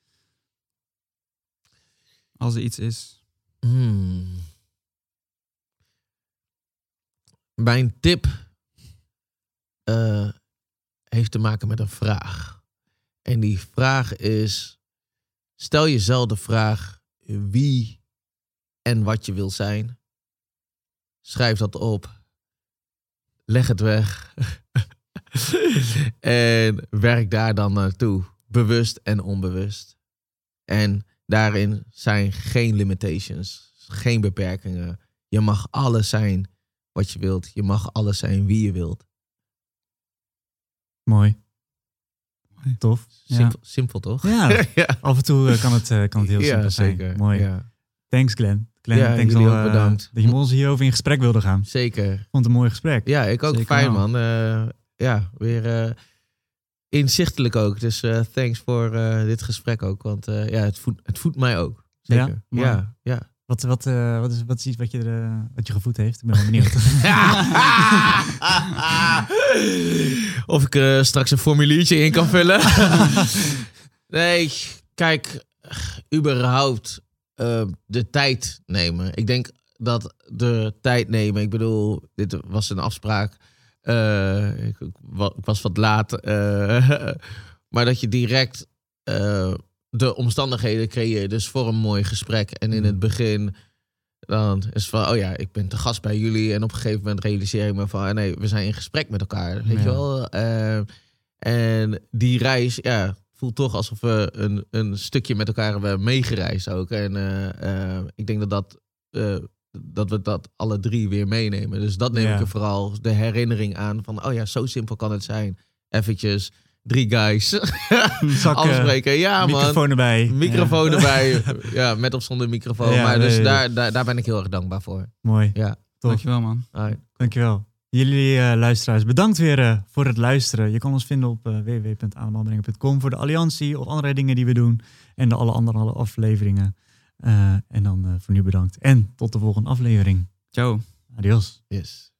Als er iets is. Hmm. Mijn tip uh, heeft te maken met een vraag. En die vraag is, stel jezelf de vraag wie en wat je wil zijn. Schrijf dat op. Leg het weg. En werk daar dan naartoe. Bewust en onbewust. En daarin zijn geen limitations. Geen beperkingen. Je mag alles zijn wat je wilt. Je mag alles zijn wie je wilt. Mooi. Mooi. Tof. Simpel, ja. simpel toch? Ja, ja. Af en toe kan het, kan het heel ja, simpel zeker. zijn. Mooi. Ja. Thanks Glenn. Glenn, ja, thanks jullie al, ook bedankt. Uh, dat je met ons hierover in gesprek wilde gaan. Zeker. Ik vond het een mooi gesprek. Ja, ik ook. Zeker fijn wel. man. Uh, ja, weer... Uh, inzichtelijk ook. Dus uh, thanks voor uh, dit gesprek ook. Want uh, ja, het voedt, het voedt mij ook. Zeker. Ja, ja. ja. Wat, wat, uh, wat, is, wat is iets wat je, uh, wat je gevoed heeft? Ik ben wel benieuwd. Of ik uh, straks een formuliertje in kan vullen. Nee, kijk, überhaupt uh, de tijd nemen. Ik denk dat de tijd nemen, ik bedoel, dit was een afspraak. Uh, ik, ik was wat laat. Uh, maar dat je direct uh, de omstandigheden creëert. Dus voor een mooi gesprek. En in het begin dan is het van, oh ja, ik ben te gast bij jullie. En op een gegeven moment realiseer ik me van, nee, we zijn in gesprek met elkaar. Weet ja. je wel? Uh, en die reis, ja, voelt toch alsof we een, een stukje met elkaar hebben meegereisd ook. En uh, uh, ik denk dat dat... Uh, dat we dat alle drie weer meenemen. Dus dat neem ja. ik er vooral de herinnering aan van, oh ja, zo simpel kan het zijn. Eventjes, drie guys Zak, afspreken. Ja, man. Microfoon erbij. Microfoon ja. erbij. Ja, met of zonder microfoon. Ja, maar dus nee, daar, daar, daar ben ik heel erg dankbaar voor. Mooi. Ja. Dankjewel, man. Alright. Dankjewel. Jullie uh, luisteraars, bedankt weer uh, voor het luisteren. Je kan ons vinden op uh, w w w punt ademhalebrengen punt com voor de Alliantie of andere dingen die we doen. En de alle andere afleveringen. Uh, en dan uh, voor nu bedankt. En tot de volgende aflevering. Ciao. Adios. Yes.